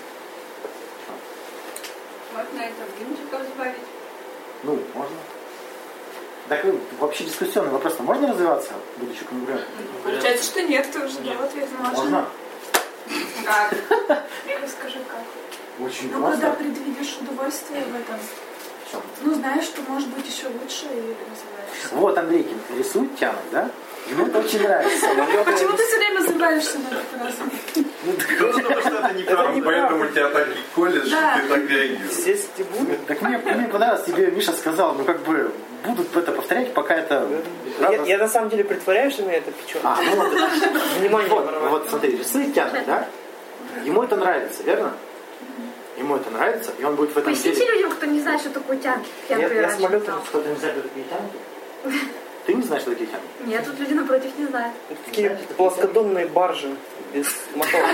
Можно это блинчиков добавить. Ну, можно. Так вообще дискуссионный вопрос. Можно развиваться, будучи конкурентом? Получается, что нет, ты уже дал ответ. Можно. Как? Расскажи, как. Очень Ну, просто. когда предвидишь удовольствие в этом, В чем? ну, знаешь, что может быть еще лучше и развиваешься. Вот Андрейкин рисует тянок, да? Ему это очень нравится. Почему ты все время забавишься на эту фразу? Потому что это неправда. Поэтому тебя так и колет, что Да. ты так реагируешь. Все стебут. Так мне понравилось, тебе Миша сказал, ну как бы будут это повторять, пока это... Я на самом деле притворяюсь, что меня это печет. Ну вот, Внимание, вот смотри, рисует тянок, да? Ему это нравится, верно? Ему это нравится, и он будет в этом Поясните деле... людям, кто не знает, что такое тянки. Я самолетом. Кто-то не знает, что такие тянки? Ты не знаешь, что такие тянки? Нет, тут люди напротив не знают. Такие плоскодонные баржи без мотора.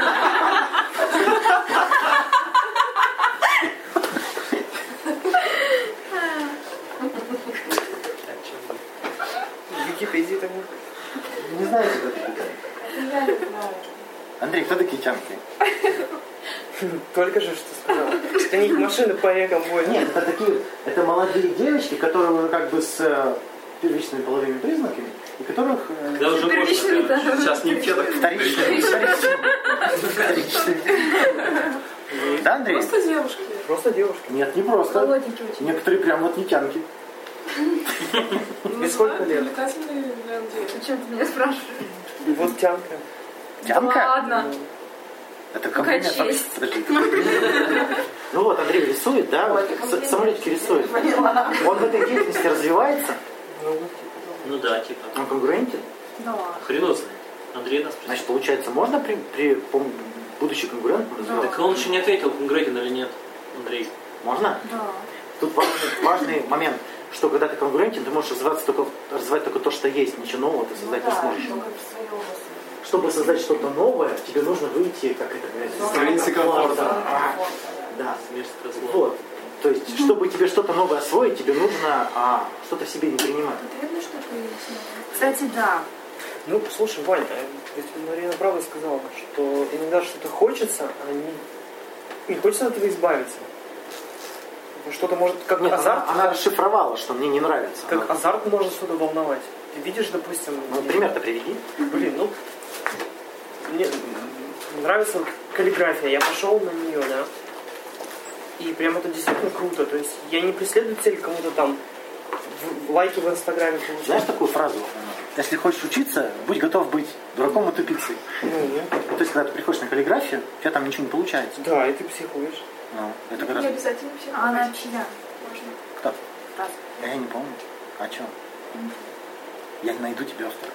В Википедии так. Не знаете, что такие тянки? Я не знаю. Андрей, кто такие тянки? Только же что сказал. Что них машины по рекам возят. Нет, это такие, это молодые девочки, которые уже как бы с первичными половыми признаками, и которых Да уже можно. Сейчас не все так. вторичными. Да, Андрей? Просто девушки. Просто девушки. Нет, не просто. Молоденькие очень. Некоторые прям вот не тянки. Без сколько лет? Привлекательные для людей. Зачем ты меня спрашиваешь? И вот тянка. Тянка? Ладно. Это Какая комплимент. честь. Подожди. Ну вот, Андрей рисует, да? Вот, самолетики рисует. Он в этой деятельности развивается, Ну да, типа. он конкурентен. Да ладно. Хрен знает. Андрей нас спросил. Значит, получается, можно будучи конкурентом развиваться? Так он еще не ответил, конкурентен или нет, Андрей. Можно? Да. Тут важный момент, что когда ты конкурентен, ты можешь развивать только то, что есть, ничего нового ты создать не сможешь. Чтобы создать что-то новое, тебе нужно выйти, как это говорится, Страницы комфорта. Да. Смерть разлом. Вот. То есть, чтобы тебе что-то новое освоить, тебе нужно что-то в себе не принимать. Потребно что-то есть. Кстати, да. Ну, слушай, Вань, ведь Марина правда сказала, что иногда что-то хочется, а не хочется от этого избавиться. Что-то может, как Нет, азарт, она расшифровала, что мне не нравится. как азарт может что-то волновать. Ты видишь, допустим... Ну, пример-то приведи. Блин, ну, мне нравится каллиграфия, я пошел на нее, да, и прям это действительно круто, то есть я не преследую цель кому-то там лайки в Инстаграме получать. Знаешь такую фразу? Если хочешь учиться, будь готов быть дураком и тупицей. То есть, когда ты приходишь на каллиграфию, у тебя там ничего не получается. Да, и ты психуешь. Ну, это как раз... Не обязательно все. А она чья? Можно. Кто? Раз. Я не помню. А что? Я найду тебе автора.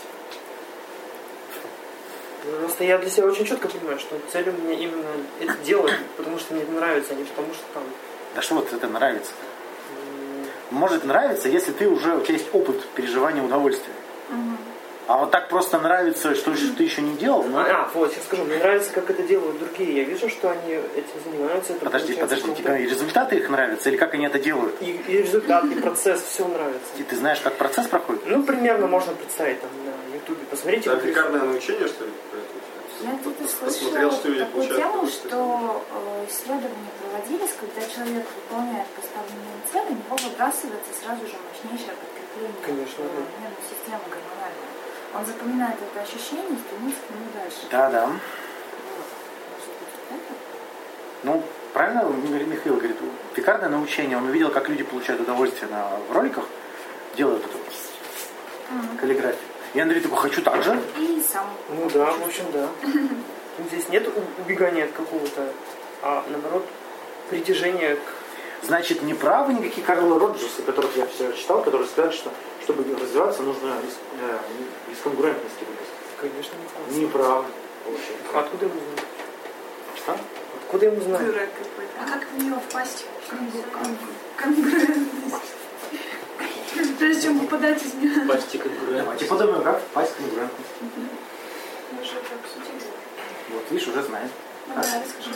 Просто я для себя очень четко понимаю, что цель у меня именно это делать, потому что мне это нравится, а не потому что там... Да что вот это нравится? Может нравиться, если у тебя есть опыт переживания удовольствия. А вот так просто нравится, что ты еще не делал, ну... Вот, сейчас скажу, мне нравится, как это делают другие. Я вижу, что они этим занимаются. Это Подожди, получается круто. тебе и результаты их нравятся, или как они это делают? И результат, и процесс, все нравится. И ты знаешь, как процесс проходит? Ну, примерно можно представить там на Ютубе. Посмотрите. Это как векарное научение, что ли? Я где-то Посмотрел, слышала что люди такую получают тему, удовольствие. что исследования проводились, когда человек выполняет поставленные цели, у него выбрасывается сразу же мощнейшее подкрепление Конечно, да. нервной системы гормональной. Он запоминает это ощущение и стремится к нему дальше. Да. Вот. Может быть, вот это? Ну, правильно Михаил говорит, векарное научение, он увидел, как люди получают удовольствие в роликах, делают эту каллиграфию. И Андрей такой, хочу так же. И сам. Ну да, в общем, да. Здесь нет убегания от какого-то, а наоборот, притяжения к... Значит, не правы никакие Карл Роджерсы, которых я все читал, которые сказали, что чтобы развиваться, нужно из конкурентности вырасти. Конечно, не Не правы. Получается. Откуда ему знать? Что? Откуда ему знать? Дурак какой-то. А как в нее впасть? Конкурентность. Прежде чем попадать из нее. Пасти конкурент. Давайте подумаем, как впасть в конкурентность. Мы уже это обсудили. Вот, видишь, уже знаем. Ну да, расскажи.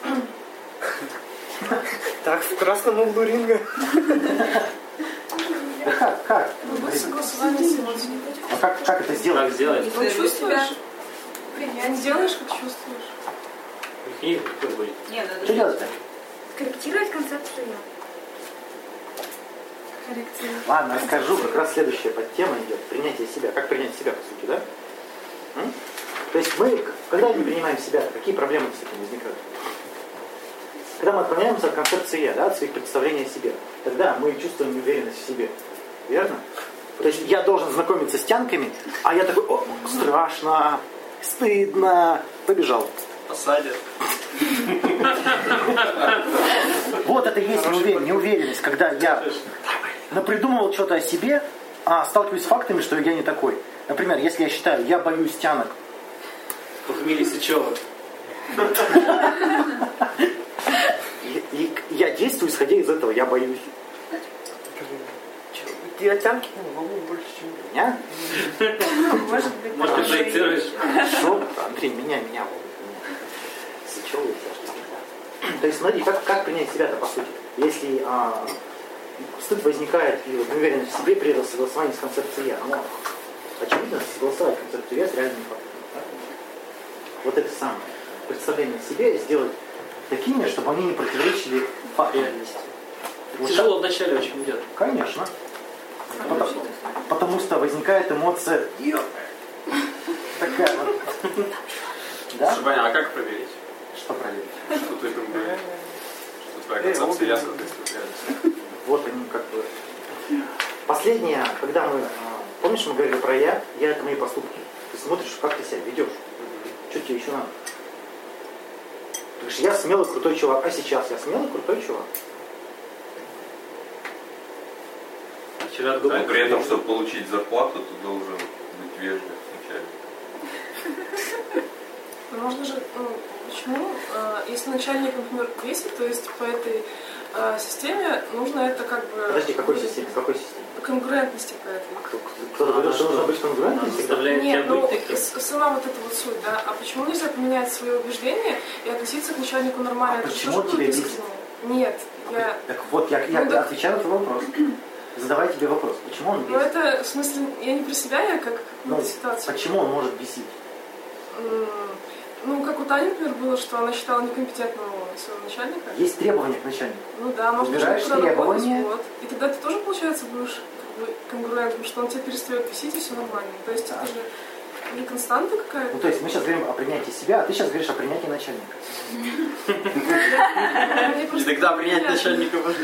Так, в красном углу ринга. Да как? Вы будете согласование с эмоциями. А как это сделать? Как сделать? Вот чувствуешь? Принять. Делаешь, как чувствуешь. книгу, какой будет. Не, надо Что делать-то? Корректировать концепцию я. Корректировать. Ладно, расскажу, как раз следующая подтема идет. Принятие себя. Как принять себя, по сути, да? То есть мы, когда не принимаем себя, какие проблемы с этим возникают? Когда мы отклоняемся от концепции я, да, от своих представлений о себе, тогда мы чувствуем неуверенность в себе. Верно? То есть я должен знакомиться с тянками, а я такой, о, страшно, стыдно, побежал. Посадят. Вот это и есть неуверенность, когда я напридумывал что-то о себе, а сталкиваюсь с фактами, что я не такой. Например, если я считаю, я боюсь тянок. По фамилии Сычева. И я действую, исходя из этого, я боюсь. Ты оттянки волнует больше, чем Меня? Может быть, Может, ты проецируешь? Хорошо, Андрей, меня волнует. Сычева, я. То есть смотри, как принять себя-то по сути? Если стыд возникает и неуверенность в себе при согласовании с концепцией я, но очевидно согласовать концепцию я с реальными фактами. Вот это самое представление о себе сделать такими, чтобы они не противоречили фактам. Реальности. Тяжело вначале очень идет. Конечно. Потому что возникает эмоция такая вот. Да? Ваня, а как проверить? Что проверить? Что ты там говоришь? Что твоя концепция я соответствует реальности? Вот они как бы. Последнее, когда мы, помнишь, мы говорили про я это мои поступки. Ты смотришь, как ты себя ведешь. Что тебе еще надо? Ты говоришь, я смелый, крутой чувак, а сейчас я смелый, крутой чувак. Вчера А думал, при этом, чтобы получить зарплату, ты должен быть вежлив вначале. Можно же, почему, если начальник, например, весит, то есть по этой системе нужно это как бы... Подожди, какой системе? Какой системе? По конкурентности по этой. Кто-то говорит, что нужно быть конкурентным всегда? заставляет тебя Нет, быть ну, таким. сама вот эта вот суть, да. А почему нельзя поменять свои убеждения и относиться к начальнику нормально? А Это же почему тоже тебе будет бесит? искренне. Нет, я... Так вот, я отвечаю на твой вопрос. Задавай тебе вопрос. Почему он Ну бесит? это, в смысле, я не про себя, я как Ну, ситуация. почему он может бесить? Ну, как у Тани, например, было, что она считала некомпетентным своего начальника. Есть требования к начальнику. Ну да, можно Выбираешь куда работать, требования. вот. И тогда ты тоже, получается, будешь как бы конкурентом, что он тебя перестает бесить, и все нормально. То есть это же не константа какая-то. Ну, то есть мы сейчас говорим о принятии себя, а ты сейчас говоришь о принятии начальника. И тогда принять начальника важнее.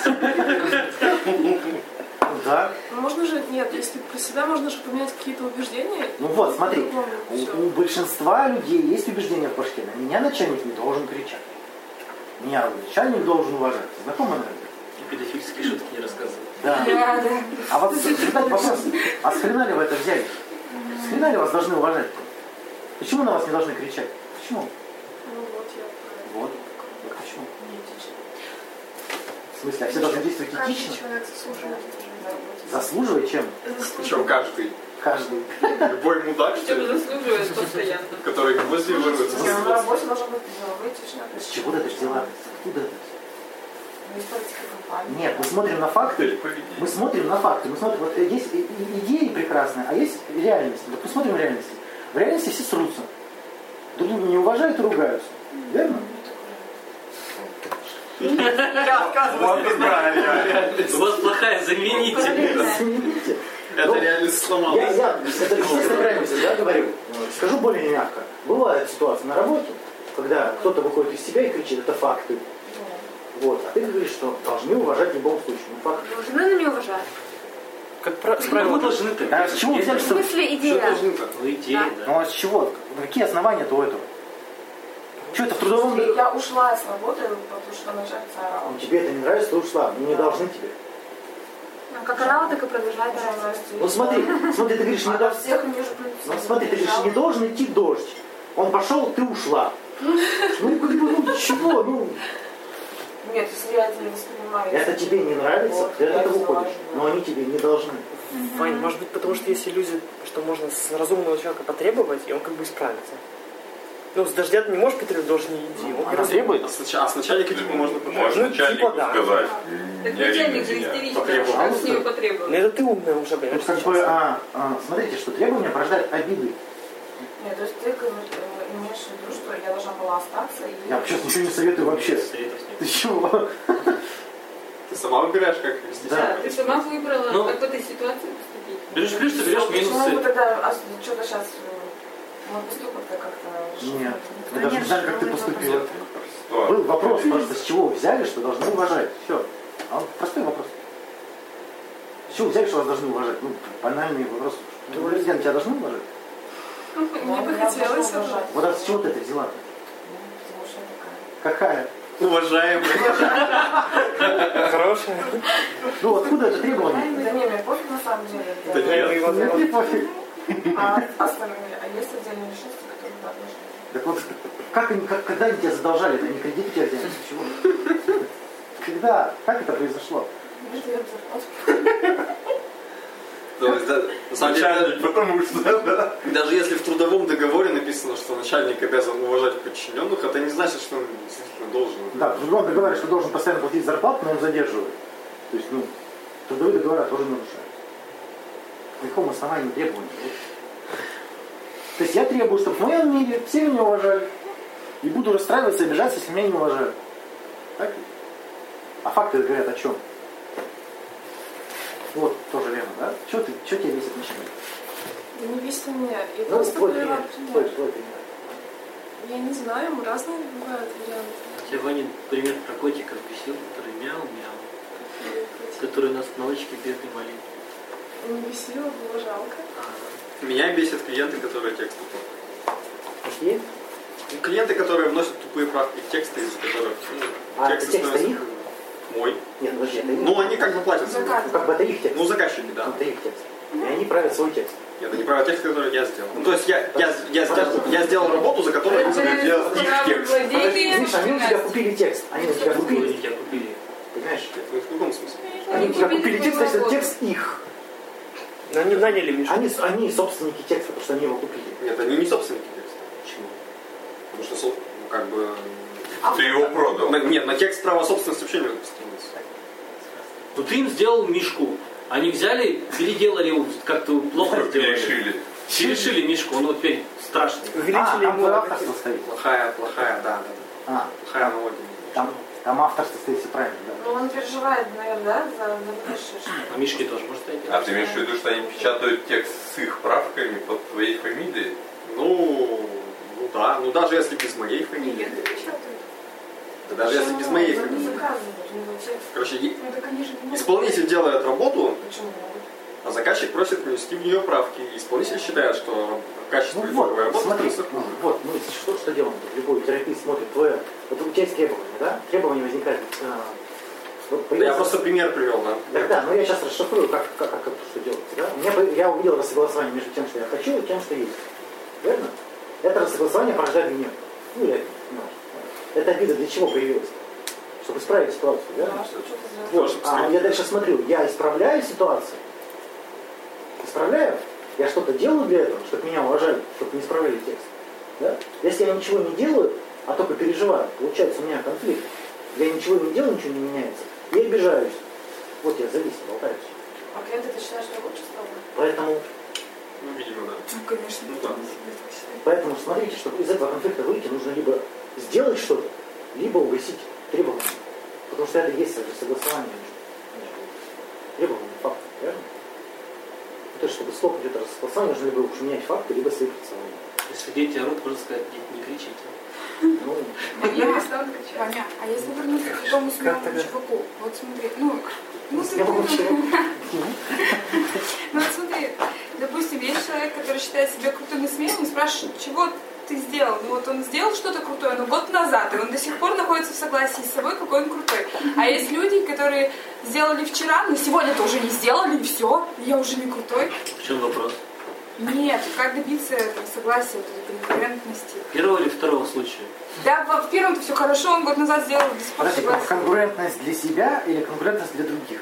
Ну да. Ну, можно же, нет, если про себя можно же поменять какие-то убеждения. Ну вот, смотри, По-другому всё. у большинства людей есть убеждение в башке. На меня начальник не должен кричать. Меня начальник должен уважать. Знакомо, наверное? И педофильские шутки не рассказывают. Да. А вот задать вопрос, а с хрена ли вы это взяли? С хрена ли вас должны уважать? Почему на вас не должны кричать? Почему? Ну вот, я про Вот. Вот почему. В смысле, а все должны действовать Каждый этично? человек заслуживает на работе. Заслуживает чем? Причем каждый. Каждый. Любой мудак, что ли, заслуживает постоянно. который гвозди вырвется. На работе должна быть деловая тишина. С чего ты это взяла? Откуда это? Есть политика компании. Нет, мы смотрим на факты. Мы смотрим на факты. Мы смотрим, вот есть идеи прекрасные, а есть реальность. Вот посмотрим реальность. В реальности все срутся. Друг друга не уважают и ругаются. Верно? У вас плохая, замените. Извините. Это реальность сломалась. Я это естественно крайность, да, говорю. Скажу более мягко. Бывает ситуация на работе, когда кто-то выходит из себя и кричит, это факты. Вот. А ты говоришь, что должны уважать в любом случае. Ну, факт. Должны на меня уважать. Как Вы правило, должны-то. А с чего вы взяли, В что... смысле Что идея? должны-то? Ну, идея, да. Ну а с чего? Какие основания-то у этого? Что это в трудовом... Я ушла с работы, потому что начальница орала. Ну, тебе это не нравится, ты ушла. Мы не должны тебе. Как орала, так и продолжает орать. Ну смотри, ты говоришь, не должен... Всех ниже Ну смотри, ты говоришь, не должен идти дождь. Он пошел, ты ушла. Ну, как бы, ну, чего? Ну, Нет, если я это не воспринимаю. это тебе не нравится, Вот, ты от я этого взяла уходишь. жена. Но они тебе не должны. Вань, может быть, потому что есть иллюзия, что можно с разумного человека потребовать, и он как бы исправится. Ну, с дождя ты не можешь потребовать, должен не иди. Он не Требует? А с начальника типа можно Можешь Ну, начальнику типа да. сказать. Так не ори на начальник же меня. истеричный, как с нее Ну, потребовать. это ты умная уже, Ну, понимаешь? как бы, смотрите, что требования порождают обиды. Нет, то есть ты говоришь, имеешь в виду, что я должна была остаться и... Я сейчас ничего не советую вообще. Советов нет. Ты чего? Ты сама выбираешь, как вести Да. себя. Ты сама выбрала, Ну. как в этой ситуации поступить. Берешь плюсы, берешь Почему вы минусы. тогда что-то сейчас... Мой поступок-то как-то... Нет. Вы даже не знали, как ты поступила. Что? Был вопрос просто, с чего вы взяли, что должны уважать. Все. А он простой вопрос. С чего вы взяли, что вас должны уважать? Ну, банальный вопрос. Ну, Лена, тебя должны уважать? Мне бы хотелось уважать. Вот а с чего ты это взяла? Потому что я такая. Какая? Уважаемый. Хорошая. Ну, откуда это требование? Да не, мне пофиг на самом деле. Да нет. Мне пофиг. А остальные, а есть отдельные личности, которые да, должны. Так вот, когда они тебя задолжали? Это не кредит тебя взяли? Чего? Когда? Как это произошло? Между я зарплату. То есть, да, на самом деле, Потому что, да. даже если в трудовом договоре написано, что начальник обязан уважать подчиненных, это не значит, что он действительно должен. Да, в трудовом договоре, что должен постоянно платить зарплату, но он задерживает. То есть, ну, трудовые договора тоже нарушаются. По какому основанию требований? То есть я требую, чтобы в моем мире все меня уважали. И буду расстраиваться и обижаться, если меня не уважают. Так? А факты говорят о чем? Вот, тоже верно, да? Чего тебя весит начинать? Да не бесит меня. Я Ну, просто твой привела пример. пример. Твой пример. Я не знаю, разные бывают варианты. Тебя, Ваня, пример про котика бесил, который мяу-мяу, который нас на лавочке бедный молит. Не бесило, было жалко. Меня бесят клиенты, которые тексты портят. Какие? Ну, клиенты, которые вносят тупые правки в тексты, из-за которых А тексты текст становятся- их? Мой. Нет, подожди, это их. Ну, они как бы платят за Ну, как бы это их текст. Ну, заказчики, да. Это их текст. И они правят свой текст. Нет, это не правильно текст, который я сделал. Ну, то есть я сделал работу, за которую они Прям делал их текст. Подожди, видишь, они у тебя купили текст. Они у тебя Они купили. тебя купили. Понимаешь? В каком смысле? Они у тебя купили текст, значит, это текст их. Но они наняли Мишу. Они собственники текста, потому что они его купили. Нет, они не собственники текста. Почему? Потому что, ну, как бы... Ты его продал. Нет, на текст права собственности вообще не распространяется. Ну ты им сделал мишку. Они взяли, переделали его, как-то плохо сделали. Перешили. Перешили мишку, он вот теперь страшный. А, Увеличили там ему... твое авторство стоит. Плохая, да. А, Плохая аналогия. там авторство стоит все правильно, да. Ну, он переживает, наверное, да, за будущее. А мишки тоже может стоять. А ты имеешь в виду, что они печатают текст с их правками под твоей фамилией? Ну да. Ну даже если без моей фамилии. Нет, не печатают. Да даже если без моей Он не фамилии. заказывает, у него текст. Короче, Ну, так они же не могут. исполнитель делает работу, Почему могут? а заказчик просит внести в нее правки. И исполнитель считает, что качество Ну итоговой вот, работы смотри, становится хуже. вот, мы что делаем? тут? Любой терапевт смотрит твое. Вот у тебя есть требования, да? Требования возникают. Вот Да, я появляется- просто пример привел, да. Да, но я сейчас расшифрую, как что делается. Да? Я увидел рассогласование между тем, что я хочу, и тем, что есть. Верно? Это рассогласование порождает гнев. Ну, я понимаю. Эта обида для чего появилась? Чтобы исправить ситуацию, верно? Да, что что-то сделать. Вот. Чтобы А я дальше смотрю, я исправляю ситуацию. Исправляю. Я что-то делаю для этого, чтобы меня уважали, чтобы не исправляли текст. Да? Если я ничего не делаю, а только переживаю, получается у меня конфликт. Я ничего не делаю, ничего не меняется. И обижаюсь. Вот я завис, болтаюсь. А клиенты, ты считаешь, что лучше стало? Поэтому, Ну, видимо, да. Ну, конечно. Ну, да. поэтому смотрите, чтобы из этого конфликта выйти, нужно либо сделать что-то, либо угасить требования. Потому что это и есть согласование между требованиями и фактами, верно? То есть, чтобы стопнуть это согласование, нужно либо уж менять факты, либо свои представления. Если дети орут, можно сказать, дети, не кричите. Ну, Я перестала кричать. Ваня, а если вернуться к такому смелому чуваку? Вот смотри, ну ты смелому чуваку. Ну вот смотри, допустим, есть человек, который считает себя крутым и смелым, и спрашивает, чего ты сделал? Ну вот он сделал что-то крутое, но год назад, и он до сих пор находится в согласии с собой, какой он крутой. А есть люди, которые сделали вчера, но сегодня-то уже не сделали, и все, я уже не крутой. В чем вопрос? Нет, как добиться этого согласия, вот этой конкурентности? Первого или второго случая? Да, в первом-то все хорошо, он год назад сделал, до сих пор подожди, согласен. конкурентность для себя или конкурентность для других?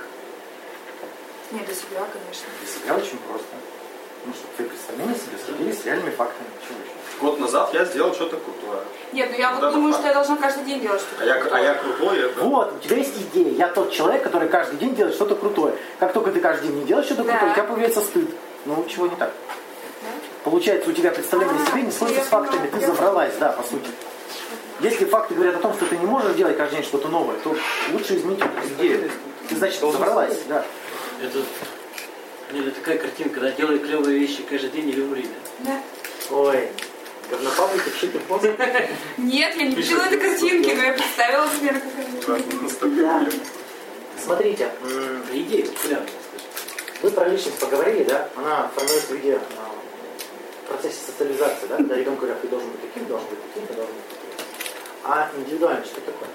Нет, для себя, конечно. Для себя очень просто. Ну, чтобы твои представления себе сходились с реальными фактами. Чего еще? Год назад я сделал что-то крутое. Нет, ну я вот Да, думаю, да. что я должна каждый день делать что-то. А я крутой, это... Вот, у тебя есть идея. Я тот человек, который каждый день делает что-то крутое. Как только ты каждый день не делаешь что-то Да. крутое, у тебя появляется стыд. Ну, чего не так? получается, у тебя представление о себе не сходится с фактами, ты забралась, да, по сути. Если факты говорят о том, что ты не можешь делать каждый день что-то новое, то лучше изменить эту идею. Ты, значит, забралась, да. Это такая картинка, да, делай клевые вещи каждый день или умри, да? Да. Ой, говнопавлик, пишите в пост. Нет, я не видела этой картинки, но я представила примерно, как они. Да. Смотрите, Идея популярная, вы про личность поговорили, да? Она формируется в виде процессе социализации, да? Когда ребенку говорят, ты должен быть таким, должен быть таким, ты должен быть таким. А индивидуально что такое?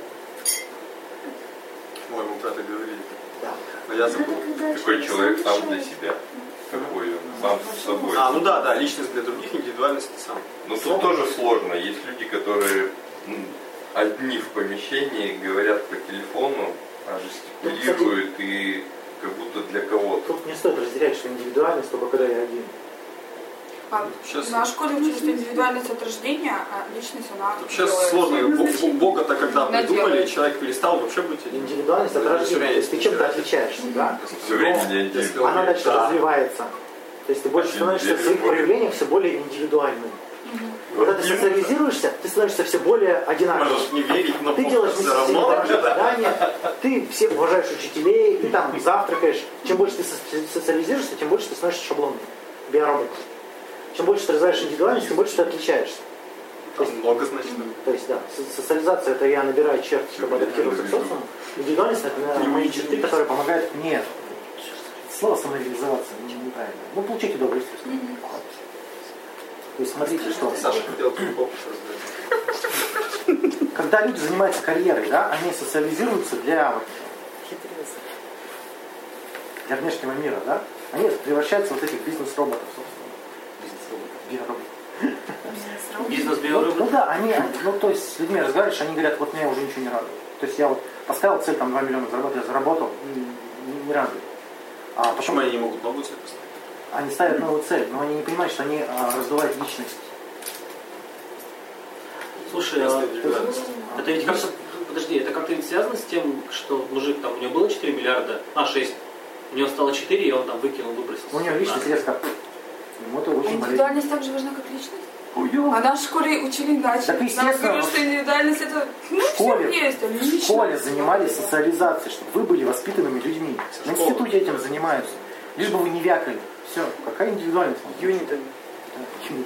Ой, мы про это говорили. Да. Но я забыл. Какой человек сам для себя. Какой он сам с собой. Ну да, личность для других, индивидуальность ты сам. Но тут тоже сложно. Есть люди, которые одни в помещении, говорят по телефону, жестикулируют и как будто для кого-то. Тут не стоит разделять, что индивидуальность только когда я один. Сейчас... На школе учат, что индивидуальность от рождения, а личность она Сейчас делается. сложно. Бога-то когда придумали, человек перестал вообще быть один. Индивидуальность от рождения. То есть ты чем-то отличаешься, да? Все время не индивидуально. Она дальше развивается. То есть ты больше становишься в своих проявлениях все более индивидуальным. Когда ты социализируешься, ты становишься все более одинаковым. Можешь не верить, но ты делаешь все равно. задания, ты все уважаешь учителей, ты там завтракаешь. Чем больше ты социализируешься, тем больше ты становишься шаблонным, биороботом. Чем больше ты развиваешь индивидуальность, тем больше ты отличаешься. Много, значит. То есть, да, социализация — это я набираю черт, чтобы адаптироваться к социуму. Индивидуальность — это мои черты, которые помогают мне. Слово самореализоваться неправильно. Ну, получить удовольствие. То есть, смотрите, что... Саша хотел опыт раздать. Когда люди занимаются карьерой, да, они социализируются для внешнего мира, да, они превращаются в вот этих бизнес-роботов, собственно. Бизнес-роботов, биороботов. Бизнес-биороботов? Ну да, то есть с людьми разговариваешь, они говорят, вот меня уже ничего не радует. То есть я вот поставил цель, там, 2 миллиона заработать, я заработал, не радует. А почему они не могут новую цель поставить? Они ставят новую цель, но они не понимают, что они раздувают личность. Слушай, это ведь как-то, подожди, это как-то ведь связано с тем, что мужик там, у него было 4 миллиарда, 6, у него стало 4, и он там выкинул, выбросил. У него личность резко, ему это очень индивидуальность так же важна, как личность? А нас в школе учили иначе. Так, естественно, нам говорят, что индивидуальность это в школе занимались социализацией, чтобы вы были воспитанными людьми. На институте этим занимаются. Лишь бы вы не вякали. Все, какая индивидуальность? Юнитами. Юнит.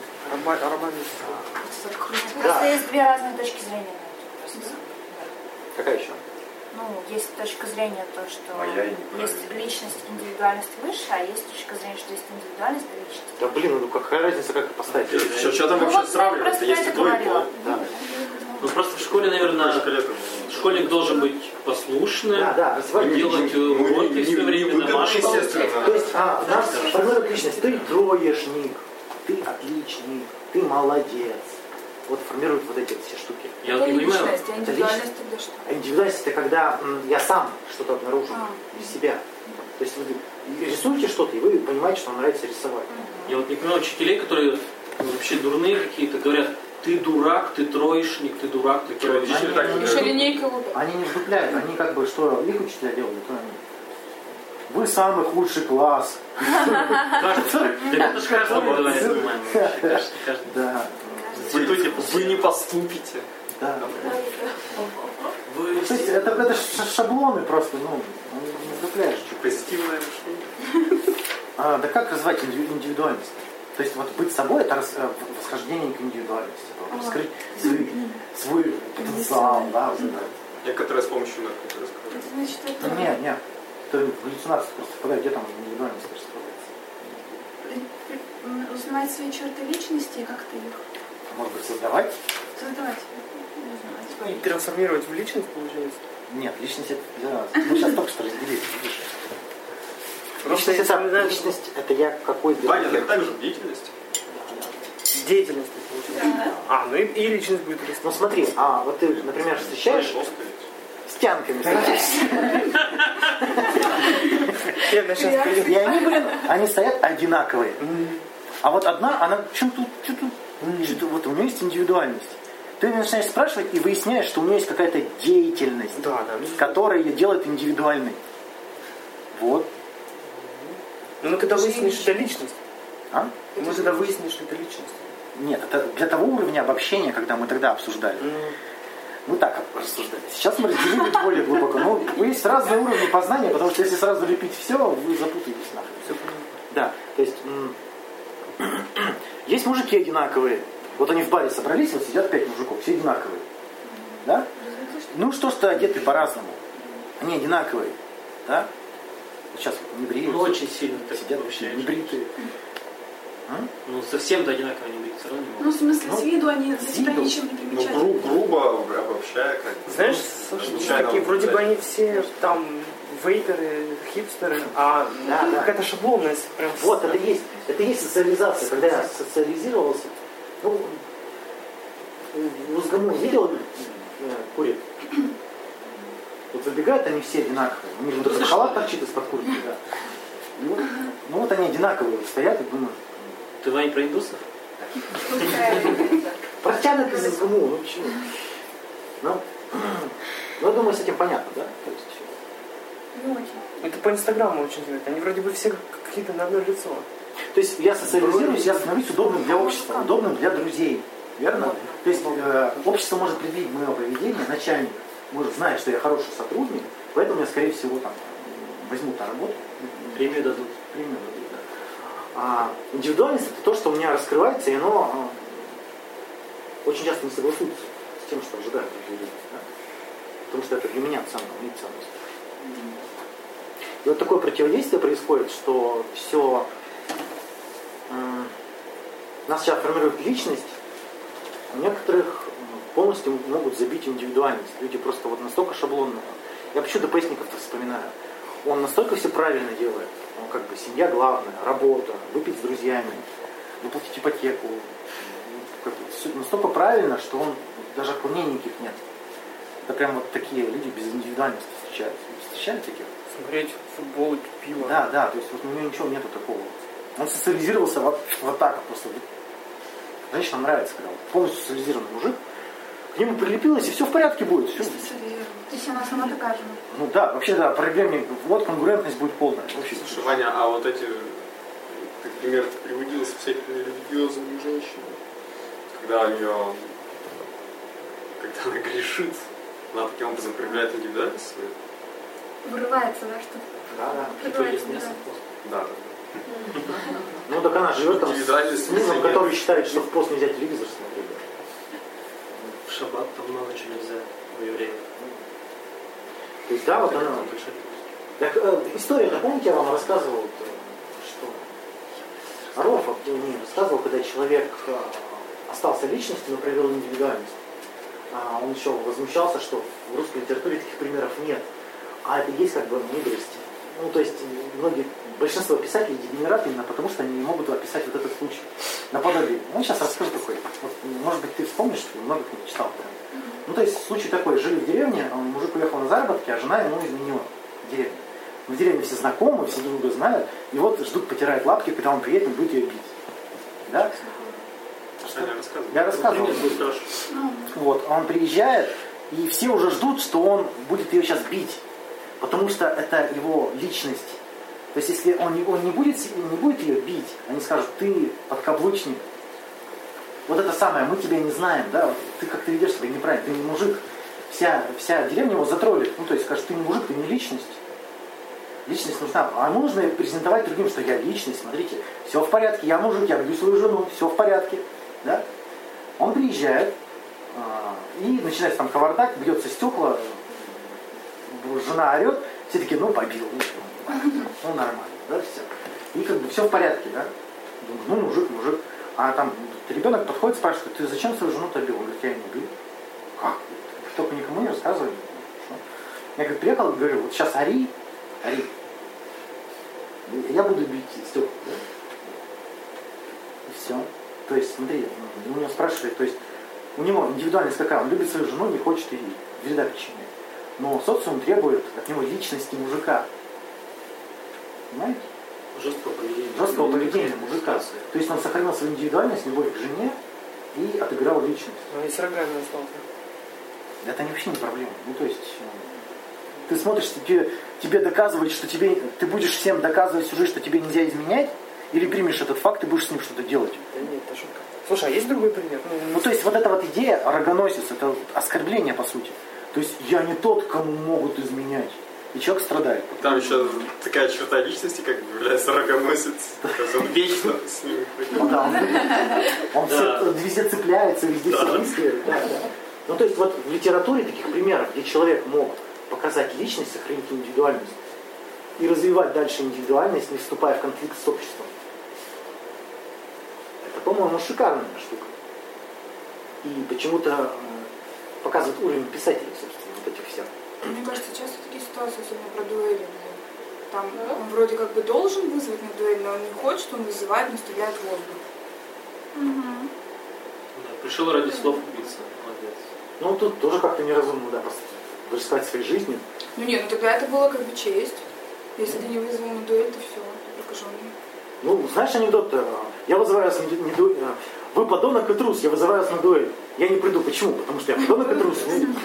Просто есть две разные точки зрения на это. Какая еще? Ну, есть точка зрения то, что есть личность, индивидуальность выше, а есть точка зрения, что есть индивидуальность и личность. Да блин, ну какая разница, как их поставить? Что там вообще сравнивать? Есть и то, и то. Ну просто в школе, наверное, школьник должен быть послушным, делать уроки все время домашние. То есть у нас формирует личность. Ты троечник, ты отличник, ты молодец. Вот формируют вот эти все штуки. Я вот не понимаю. А индивидуальность тогда что? А индивидуальность — это когда я сам что-то обнаружил из себя. То есть вы рисуете что-то, и вы понимаете, что вам нравится рисовать. Я вот не понимаю учителей, которые вообще дурные какие-то, говорят, ты дурак, ты троечник, ты дурак, ты троечник. Еще линейка лупят. Они не вдупляют, они как бы, что их учителя делали, то они. Вы самый худший класс. Это же каждый говорит, по-моему. Да. Вы не поступите. Да. То есть это шаблоны просто, ну, не вдупляешь. Позитивное мышление. Да как развивать индивидуальность? То есть вот быть собой — это восхождение к индивидуальности. Раскрыть свой потенциал, да, вот это. Некоторые с помощью наркотиков раскрывают. Нет. Это галлюцинация просто впадает, где там индивидуальность раскрывается. Узнавать свои черты личности и как-то их. Может быть, создавать? Создавать. И трансформировать в личность, получается? Нет, личность это... Да, мы сейчас только что разделили, видишь? Личность это я какой-то... Ваня, это также в деятельности. Деятельность, получается. Да. Ну и личность будет расти. Ну смотри, вот ты, например, встречаешь с тянками, и они, блин, они стоят одинаковые. А вот одна, она что-то вот у нее есть индивидуальность. Ты начинаешь спрашивать и выясняешь, что у нее есть какая-то деятельность, которая ее делает индивидуальной. Вот. Ну, когда выяснишь, что это личность. А? Мы тогда выяснили, что это личность. Нет, это для того уровня обобщения, когда мы тогда обсуждали. Мы так рассуждали. Сейчас мы разделили более глубоко. Ну, есть разные уровни познания, потому что если сразу лепить все, вы запутаетесь нахрен. Все понятно. Да, то есть есть мужики одинаковые. Вот они в баре собрались, вот сидят 5 мужиков, все одинаковые. Да? Ну что одеты по-разному. Они одинаковые. Да? Сейчас вот не бреют. Ну, очень сильно так сидят вообще не бритые. Ну, совсем-то одинаково не будет, все равно не Ну, в смысле, с виду они для с тебя виду. ничем не Ну, примечательны. грубо обобщая, как бы. Знаешь, слушай, такие, вроде бы они все там вейперы, хипстеры, а Да, да. какая-то шаблонность. Прям Вот, это и есть социализация. Когда я социализировался, ну, Лузгамон видел, курит? Вот выбегают они все одинаковые. У них вот этот халат торчит из-под куртки, да. Ну вот они одинаковые вот стоят и думают. Ты, Вань, про индусов? Протянут из ГМУ, ну почему? Ну, я думаю, с этим понятно, да? То есть, Не очень. Это по инстаграму очень заметно. Они вроде бы все какие-то на одно лицо. То есть я социализируюсь, я становлюсь удобным для общества, удобным для друзей. Верно? То есть общество может предвидеть мое поведение, начальник может знать, что я хороший сотрудник, поэтому я, скорее всего, там, возьмут на работу. Премию дадут. Премию дадут, да. А индивидуальность это то, что у меня раскрывается, и оно очень часто не согласуется с тем, что ожидают другие люди. Да? Потому что это для меня ценно, имеет ценность. И вот такое противодействие происходит, что все нас сейчас формирует личность, у некоторых полностью могут забить индивидуальность. Люди просто вот настолько шаблонные. Я почему ДПСников-то вспоминаю. Он настолько все правильно делает. Он как бы семья главная, работа, выпить с друзьями, выплатить ипотеку. Как бы, все настолько правильно, что он даже отклонений никаких нет. Это прям вот такие люди без индивидуальности встречаются. Встречали таких? Смотреть футбол, пиво. Да, да, то есть вот у него ничего нету такого. Он социализировался вот так просто. Женщинам нравится, когда он полностью социализированный мужик, к нему прилепилось, и все в порядке будет. Все. То есть она сама такая же. Ну да, вообще да, проблем нет. Вот конкурентность будет полная. Вообще. Слушай, Ваня, а вот эти, ты пример приводил с всякими религиозными женщинами, когда у нее, когда она грешит, она таким образом проявляет индивидуальность свою? Вырывается, да, что-то. Да, да. Вырывается, да. Да. Ну так она живет там Индивидуальность с мужем, который считает, что в пост нельзя телевизор смотреть. В шаббат там много чего нельзя у евреев. То есть да, вот она. Так, история, помните, я вам рассказывал, что Орлов мне рассказывал, когда человек остался личностью, но проявил индивидуальность. Он еще возмущался, что в русской литературе таких примеров нет. А это есть как бы мудрость. Ну, то есть большинство писателей дегенераты именно потому, что они не могут описать вот этот случай наподобие. Ну, сейчас расскажу такой. Вот, может быть, ты вспомнишь, что много книг читал. Ну, то есть случай такой. Жили в деревне, мужик уехал на заработки, а жена ему изменила в деревне. В деревне все знакомы, все друг друга знают. И вот ждут, потирают лапки, когда он приедет, он будет ее бить. Да? Я рассказывал. Вот, он приезжает, и все уже ждут, что он будет ее сейчас бить. Потому что это его личность. То есть, если он не будет ее бить, они скажут, ты подкаблучник. Вот это самое, мы тебя не знаем, да? Вот, ты как-то ведешь себя неправильно, ты не мужик. Вся деревня его затроллит. Ну, то есть, скажет, ты не мужик, ты не личность. Личность нужна. А нужно презентовать другим, что я личность, смотрите, все в порядке, я мужик, я люблю свою жену, все в порядке. Да? Он приезжает, и начинается там кавардак, бьется стекла, жена орет, все такие, ну побил, ну нормально, да, все. И как бы все в порядке, да. Думаю, ну мужик. А там ребенок подходит, спрашивает, ты зачем свою жену-то бил? Он говорит, я ее не бил. Как? Только никому не рассказывай. Я говорю, приехал и говорю, вот сейчас ори. Я буду бить стекла, да? И все. То есть, смотри, у него спрашивает, то есть у него индивидуальность какая? Он любит свою жену, не хочет ей вреда причинять. Но социум требует от него личности мужика. Понимаете? Жесткого поведения мужика. То есть он сохранил свою индивидуальность, любовь к жене и отыграл личность. Ну и с рогами остался. Это вообще не проблема. Ну то есть ты смотришь, тебе доказывают, что ты будешь всем доказывать всю жизнь, что тебе нельзя изменять, Или примешь этот факт и будешь с ним что-то делать? Да нет, это шутка. Слушай, а есть другой пример? Ну, то есть вот эта вот идея рогоносец, это вот оскорбление, по сути. То есть я не тот, кому могут изменять. И человек страдает. Там еще такая черта личности, как бы является рогоносец. То есть он вечно с ним. Ну да, он везде цепляется, везде все рискует. Да, да. Ну, то есть вот в литературе таких примеров, где человек мог показать личность, сохранить индивидуальность и развивать дальше индивидуальность, не вступая в конфликт с обществом. Это, по-моему, шикарная штука. И почему-то показывает уровень писателей, собственно, вот этих всех. Мне кажется, часто такие ситуации, особенно про дуэли. Там он вроде как бы должен вызвать на дуэль, но он не хочет, он вызывает, но стреляет в воздух. Да, пришел ради слов убиться. Молодец. Ну, тут тоже как-то неразумно, да, просто рисковать своей жизнью. Ну нет, ну тогда это было как бы честь. Если ты не вызвал на дуэль, то все, ты прокаженный. Ну, знаешь анекдот? Я вызываю вас не дуэль. Вы подонок и трус, я вызываю вас на дуэль. Я не приду. Почему? Потому что я подонок и трус.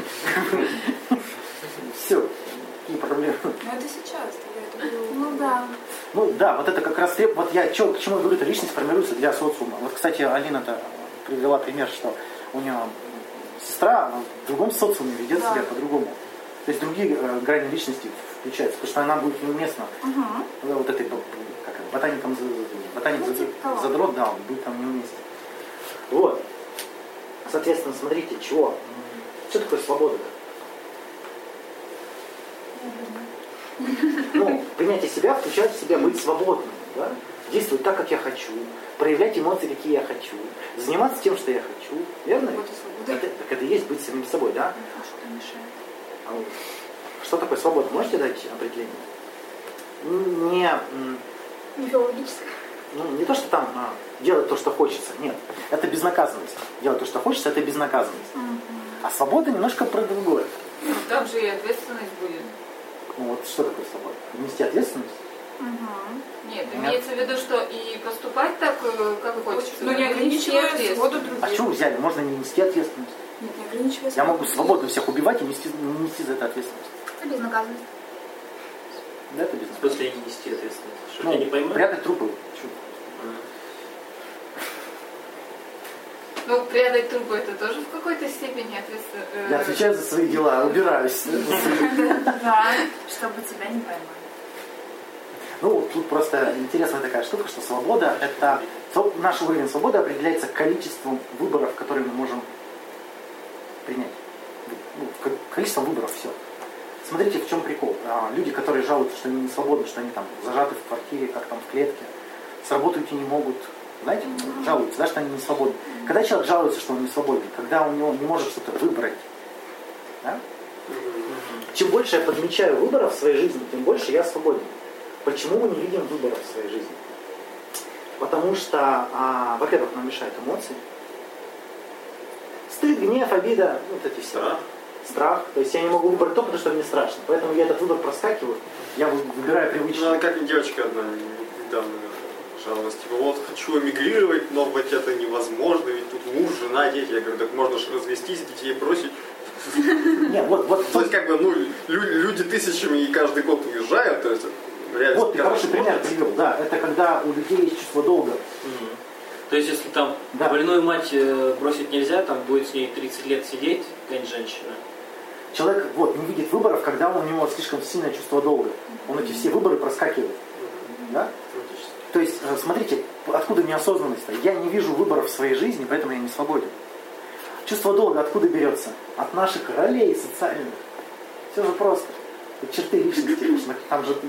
Все. Какие проблемы? Ну это сейчас, тогда это было... Ну да. Ну да, вот это как раз вот я к чему я говорю, эта личность формируется для социума. Вот, кстати, Алина-то привела пример, что у нее сестра в другом социуме ведет себя по-другому. То есть другие грани личности включаются, потому что она будет неуместна. Вот этой ботаником задрот, да, он будет там неуместен. Вот. Соответственно, смотрите, чего? Что такое свобода-то? Ну, принятие себя включает в себя быть свободным, да? Действовать так, как я хочу, проявлять эмоции, какие я хочу, заниматься тем, что я хочу, верно? Так это и есть быть самим собой, да? А что мешает? Что такое свобода? Можете дать определение? Не филологическое. Ну, не то, что там делать то, что хочется, нет. Это безнаказанность. Делать то, что хочется, это безнаказанность. А свобода немножко про другое. Ну, там же и ответственность будет. Ну вот что такое свобода? Нести ответственность? Нет, имеется в виду, что и поступать так, как хочется. Но не ограничивая свободу других. А чего взяли? Можно не нести ответственность. Нет, не ограничивая Я могу свободно всех убивать и не нести за это ответственность. Это безнаказанность. Да, это В безнаказанность. смысле не нести ответственность? Что, Ну, я не пойму? прятать трупы. Ну, прятать трупы это тоже в какой-то степени ответственность. Я отвечаю за свои дела, убираюсь. Да, чтобы тебя не поймали. Ну, тут просто интересная такая штука, что свобода, это наш уровень свободы определяется количеством выборов, которые мы можем принять. Ну, количеством выборов, все. Смотрите, в чем прикол. Люди, которые жалуются, что они не свободны, что они там зажаты в квартире, как там в клетке, с работы уйти не могут. Знаете, жалуются, да, что они не свободны. Когда человек жалуется, что он не свободен, когда у него не может что-то выбрать, да? Чем больше я подмечаю выборов в своей жизни, тем больше я свободен. Почему мы не видим выборов в своей жизни? Потому что, во-первых, нам мешают эмоции. Стыд, гнев, обида, вот эти все. Страх. То есть я не могу выбрать то, потому что мне страшно. Поэтому я этот выбор проскакиваю. Я выбираю привычно. Ну, как девочка одна недавно жаловалась. Типа, вот хочу эмигрировать, но вот это невозможно, ведь тут муж, жена, дети. Я говорю, так можно же развестись, детей бросить. Нет, вот. То есть, как бы, ну, люди тысячами и каждый год уезжают, то есть, реально... Вот, ты хороший пример привел, да. Это когда у людей есть чувство долга. То есть, если там больную мать бросить нельзя, там будет с ней 30 лет сидеть, какая-нибудь женщина. Человек не видит выборов, когда у него слишком сильное чувство долга. Он эти все выборы проскакивает. Да? То есть, смотрите, откуда неосознанность-то? Я не вижу выборов в своей жизни, поэтому я не свободен. Чувство долга откуда берется? От наших ролей социальных. Все же просто. Это черты личности. Там же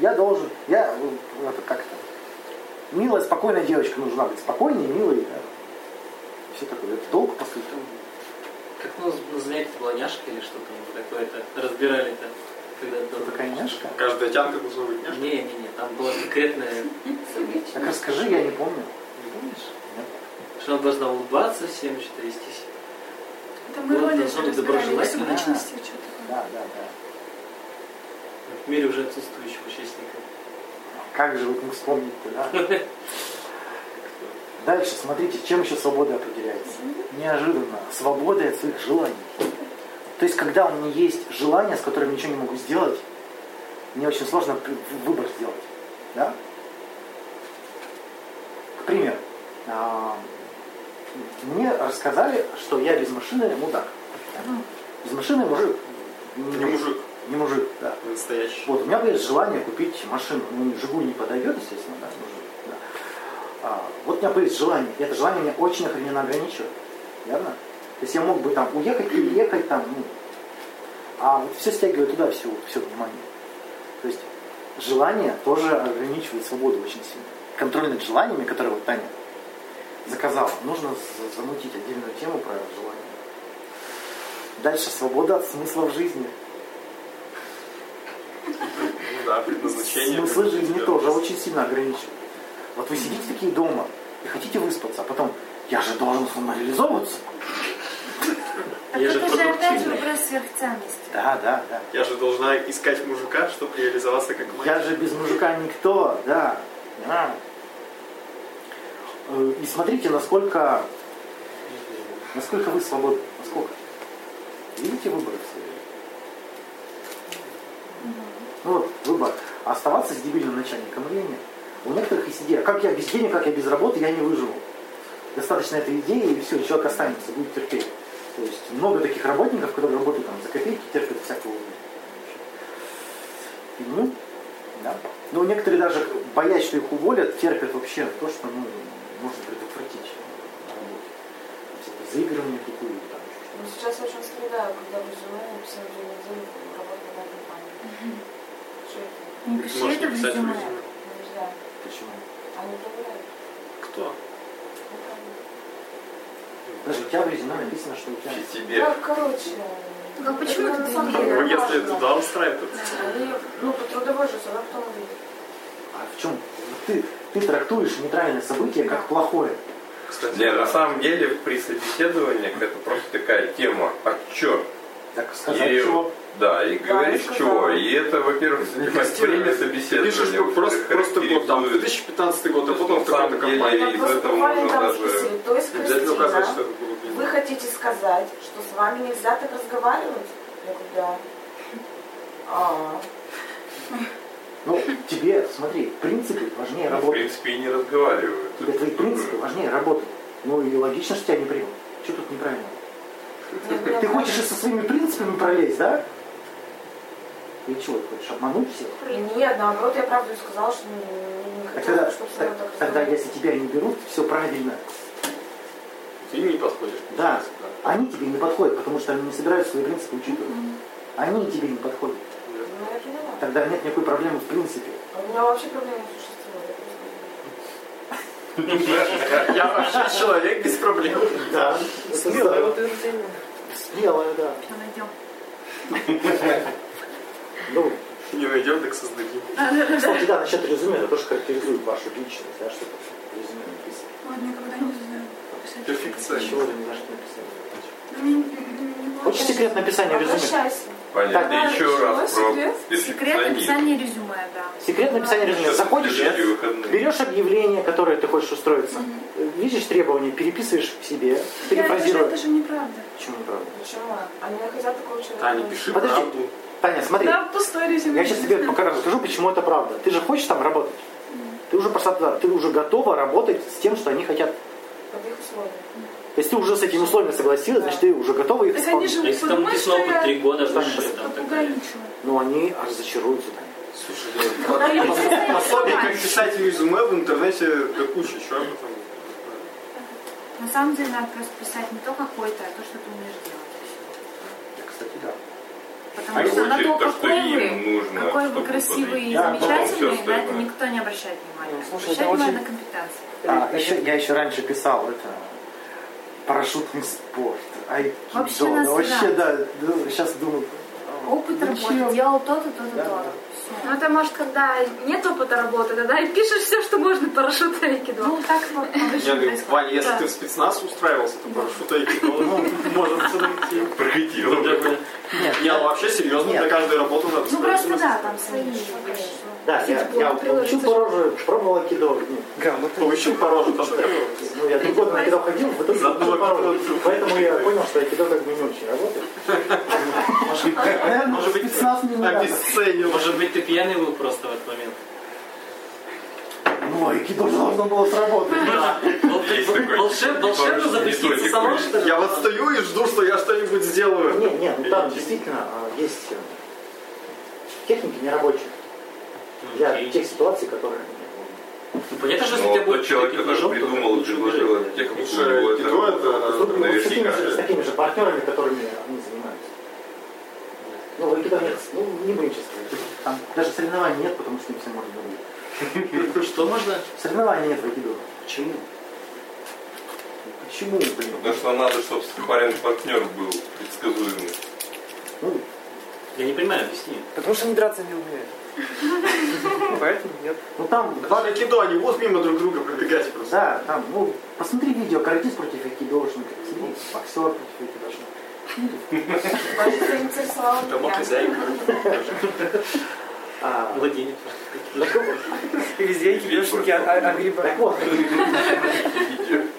милая, спокойная девочка нужна быть. Спокойной, милой. Да. Все такое. Это долг, по сути. Как на занятии была няшка или что-то такое-то? Разбирали-то. Кто такая няшка? Каждая тянка должна быть няшка? Не, там была конкретная... Так расскажи, я не помню. Не помнишь? Нет. Что она должна улыбаться всем, что-то вести себя. Это мы роли должно быть доброжелательно. личности, что-то. Да. В мире уже отсутствующего участника. Как же вот не вспомнить-то, да? Дальше, смотрите, чем еще свобода определяется. Неожиданно. Свободой от своих желаний. То есть, когда у меня есть желание, с которым ничего не могу сделать, мне очень сложно выбор сделать. Да? пример. Мне рассказали, что я без машины мудак. Без машины мужик. Не мужик. Не мужик, да. Настоящий. Вот, у меня есть желание купить машину. Ну, «Жигуль» не подойдет, естественно, да, мужик. Да. Вот у меня появилось желание. И это желание меня очень охрененно ограничивает. Верно? То есть я мог бы там уехать, переехать там, ну, а вот все стягивает туда, все внимание. То есть желание тоже ограничивает свободу очень сильно. Контроль над желаниями, которые вот Таня заказала, нужно замутить отдельную тему про желание. Дальше свобода от смысла в жизни. Ну да, предназначение. Смысл жизни тоже очень сильно ограничивает. Вот вы сидите такие дома и хотите выспаться, а потом я же должен самореализовываться. Так Я же это же опять же продуктивный. вопрос сверхценности. Да. Я же должна искать мужика, чтобы реализоваться как мать. Я же без мужика никто, да. И смотрите, насколько вы свободны. Насколько. Видите выборы в своей жизни? Ну вот, выбор. Оставаться с дебильным начальником или нет? У некоторых есть идея. Как я без денег, как я без работы, я не выживу. Достаточно этой идеи, и все, человек останется, будет терпеть. То есть много таких работников, которые работают там за копейки, терпят всякого. Ну, да. Но некоторые даже, боясь, что их уволят, терпят вообще то, что можно предотвратить на работе. Всякое заигрывание тупое. Ну, сейчас очень страдаю, когда в резюме написано 2 недели работы на компании. Что это? Не пиши Можешь это в написать резюме. Нельзя. Почему? Они проверяют. Кто? Даже у тебя в резюме написано, что у тебя... Тебе. Да, короче. Ну, почему это ты на самом не деле Ну, если важно. туда устраивает, Они, ну, по трудовой же, она потом увидит. А в чем? Ты трактуешь нейтральное событие как плохое. кстати. Нет, на самом деле при собеседованиях это просто такая тема. А чё? Так сказать, И, чего? да, и говоришь я чего. сказала. И это, во-первых, занимает время собеседования. Пишешь просто год, там, 2015 год, а потом на в такой-то самом деле компании. из Просто этого буквально можно там даже... спросили, то есть, Не обязательно указывать, что Кристина, это было вы хотите сказать, что с вами нельзя так разговаривать? Я говорю, да. Ну, тебе, смотри, принципы важнее В работать. принципе, и не разговаривают. Тебе твои принципы важнее работать. Ну и логично, что тебя не примут. Что тут неправильно? Ты хочешь и со своими принципами пролезть, да? И чего, ты хочешь обмануть всех? Нет, наоборот, я правду сказала, что не Так хотела, тогда, чтобы со мной так тогда, разговаривали. если тебя не берут, все правильно. Ты не подходишь. Да, они тебе не подходят, потому что они не собираются свои принципы учитывать. Они тебе не подходят. Ну, я поняла. Тогда нет никакой проблемы в принципе. А у меня вообще проблем не существует. Я вообще человек без проблем. Да. Смелое утверждение. Смелое, да. Найдем. Ну, Не найдем, так создадим. кстати, да, насчет резюме, это тоже характеризует вашу личность, да, что в резюме написано. Вот никогда не знаю. Писать. Перфекционист. Чего ты не знаешь, что написано? Ну, не Хочешь секрет написания резюме? Обращайся. Понятно. Да, Еще раз про секрет? Секрет перфекционизм. написания резюме, да. Секрет написания резюме. Сейчас Заходишь, следующие выходные. берешь объявление, которое ты хочешь устроиться, видишь требования, переписываешь в себе, перефразируешь. Это же неправда. Почему неправда? Почему? Они не хотят такого человека. Таня, пиши Подожди. правду. Таня, смотри, Да, пустое резюме. я сейчас тебе пока расскажу, почему это правда. Ты же хочешь там работать? Ты уже пошла туда, ты уже готова работать с тем, что они хотят. Под их условия. То есть ты уже с этими условиями согласилась, значит ты уже готова их Так они исполнить. же А если там подумают, написано что опыт я 3 года, Что выше, там там попугайничаю. Но они разочаруются, Таня. Слушай, пособие, как писать резюме в интернете до кучи, что об этом? На самом деле надо просто писать не то какой-то, а то, что ты умеешь делать. Кстати, да. Потому А что на хочет то, то, что какой им вы, нужно, какой вы чтобы красивый и Да, замечательный, всё на это остальное. никто не обращает внимания. Слушай, Обращает это внимание очень- на компетенции. Я еще раньше писал это парашютный спорт, айкидо. Вообще нас Да, вообще, да, сейчас думаю. Опыт зачем? работы, делал то-то, то-то, Да, то-то. да. Всё. Ну это может, когда нет опыта работы, тогда и пишешь все, что можно парашют айкидо. Ну, так вот Я обычно говорю, происходит. Ваня, если Да. ты в спецназ устраивался, то парашют айкидо, ну, может подойти. Прокатило. Не, а вообще серьезно, Нет. для каждой работы надо Ну, строить просто, у нас. да, там свои вещи. Да, я получил пороже, пробовал айкидо. Грамотно. Получил пороже, то что Ну, я 3 года на айкидо ходил, в итоге Заодно получил пороже. айкидо. Поэтому я понял, что айкидо как бы не очень работает. Наверное, Может быть, спецназ мне не надо. обесценил. Может быть, ты пьяный был просто в этот момент? Ну, айкидо же должно было сработать. Да. Волшебно запуститься само, что ли? Я вот стою и жду, что я что-нибудь сделаю. Не, ну там действительно есть техники нерабочие для тех ситуаций, которые... Ну, понятно, что если Но у тебя тот будет человек, такой который предложок, придумал и то предложил эту технику, у него это С такими же партнерами, которыми они занимаются. Ну, в айкидо нет, ну, не будем сейчас говорить. Там даже соревнований нет, потому что им все можно говорить. Что можно? Соревнований нет в айкидо. Почему? Почему, блин? Потому что надо, чтобы спарринг-партнер был предсказуемый. Ну, Я не понимаю, объясни. Потому что они драться не умеют. Поэтому нет. ну там... Даже айкидо, они будут мимо друг друга пробегать просто. Да, там, ну, посмотри видео, каратист против айкидошника, боксер против айкидошника. Даже заинтересовал меня. Домохозяйка. Владение. И везде эти девушки огребают. Так вот,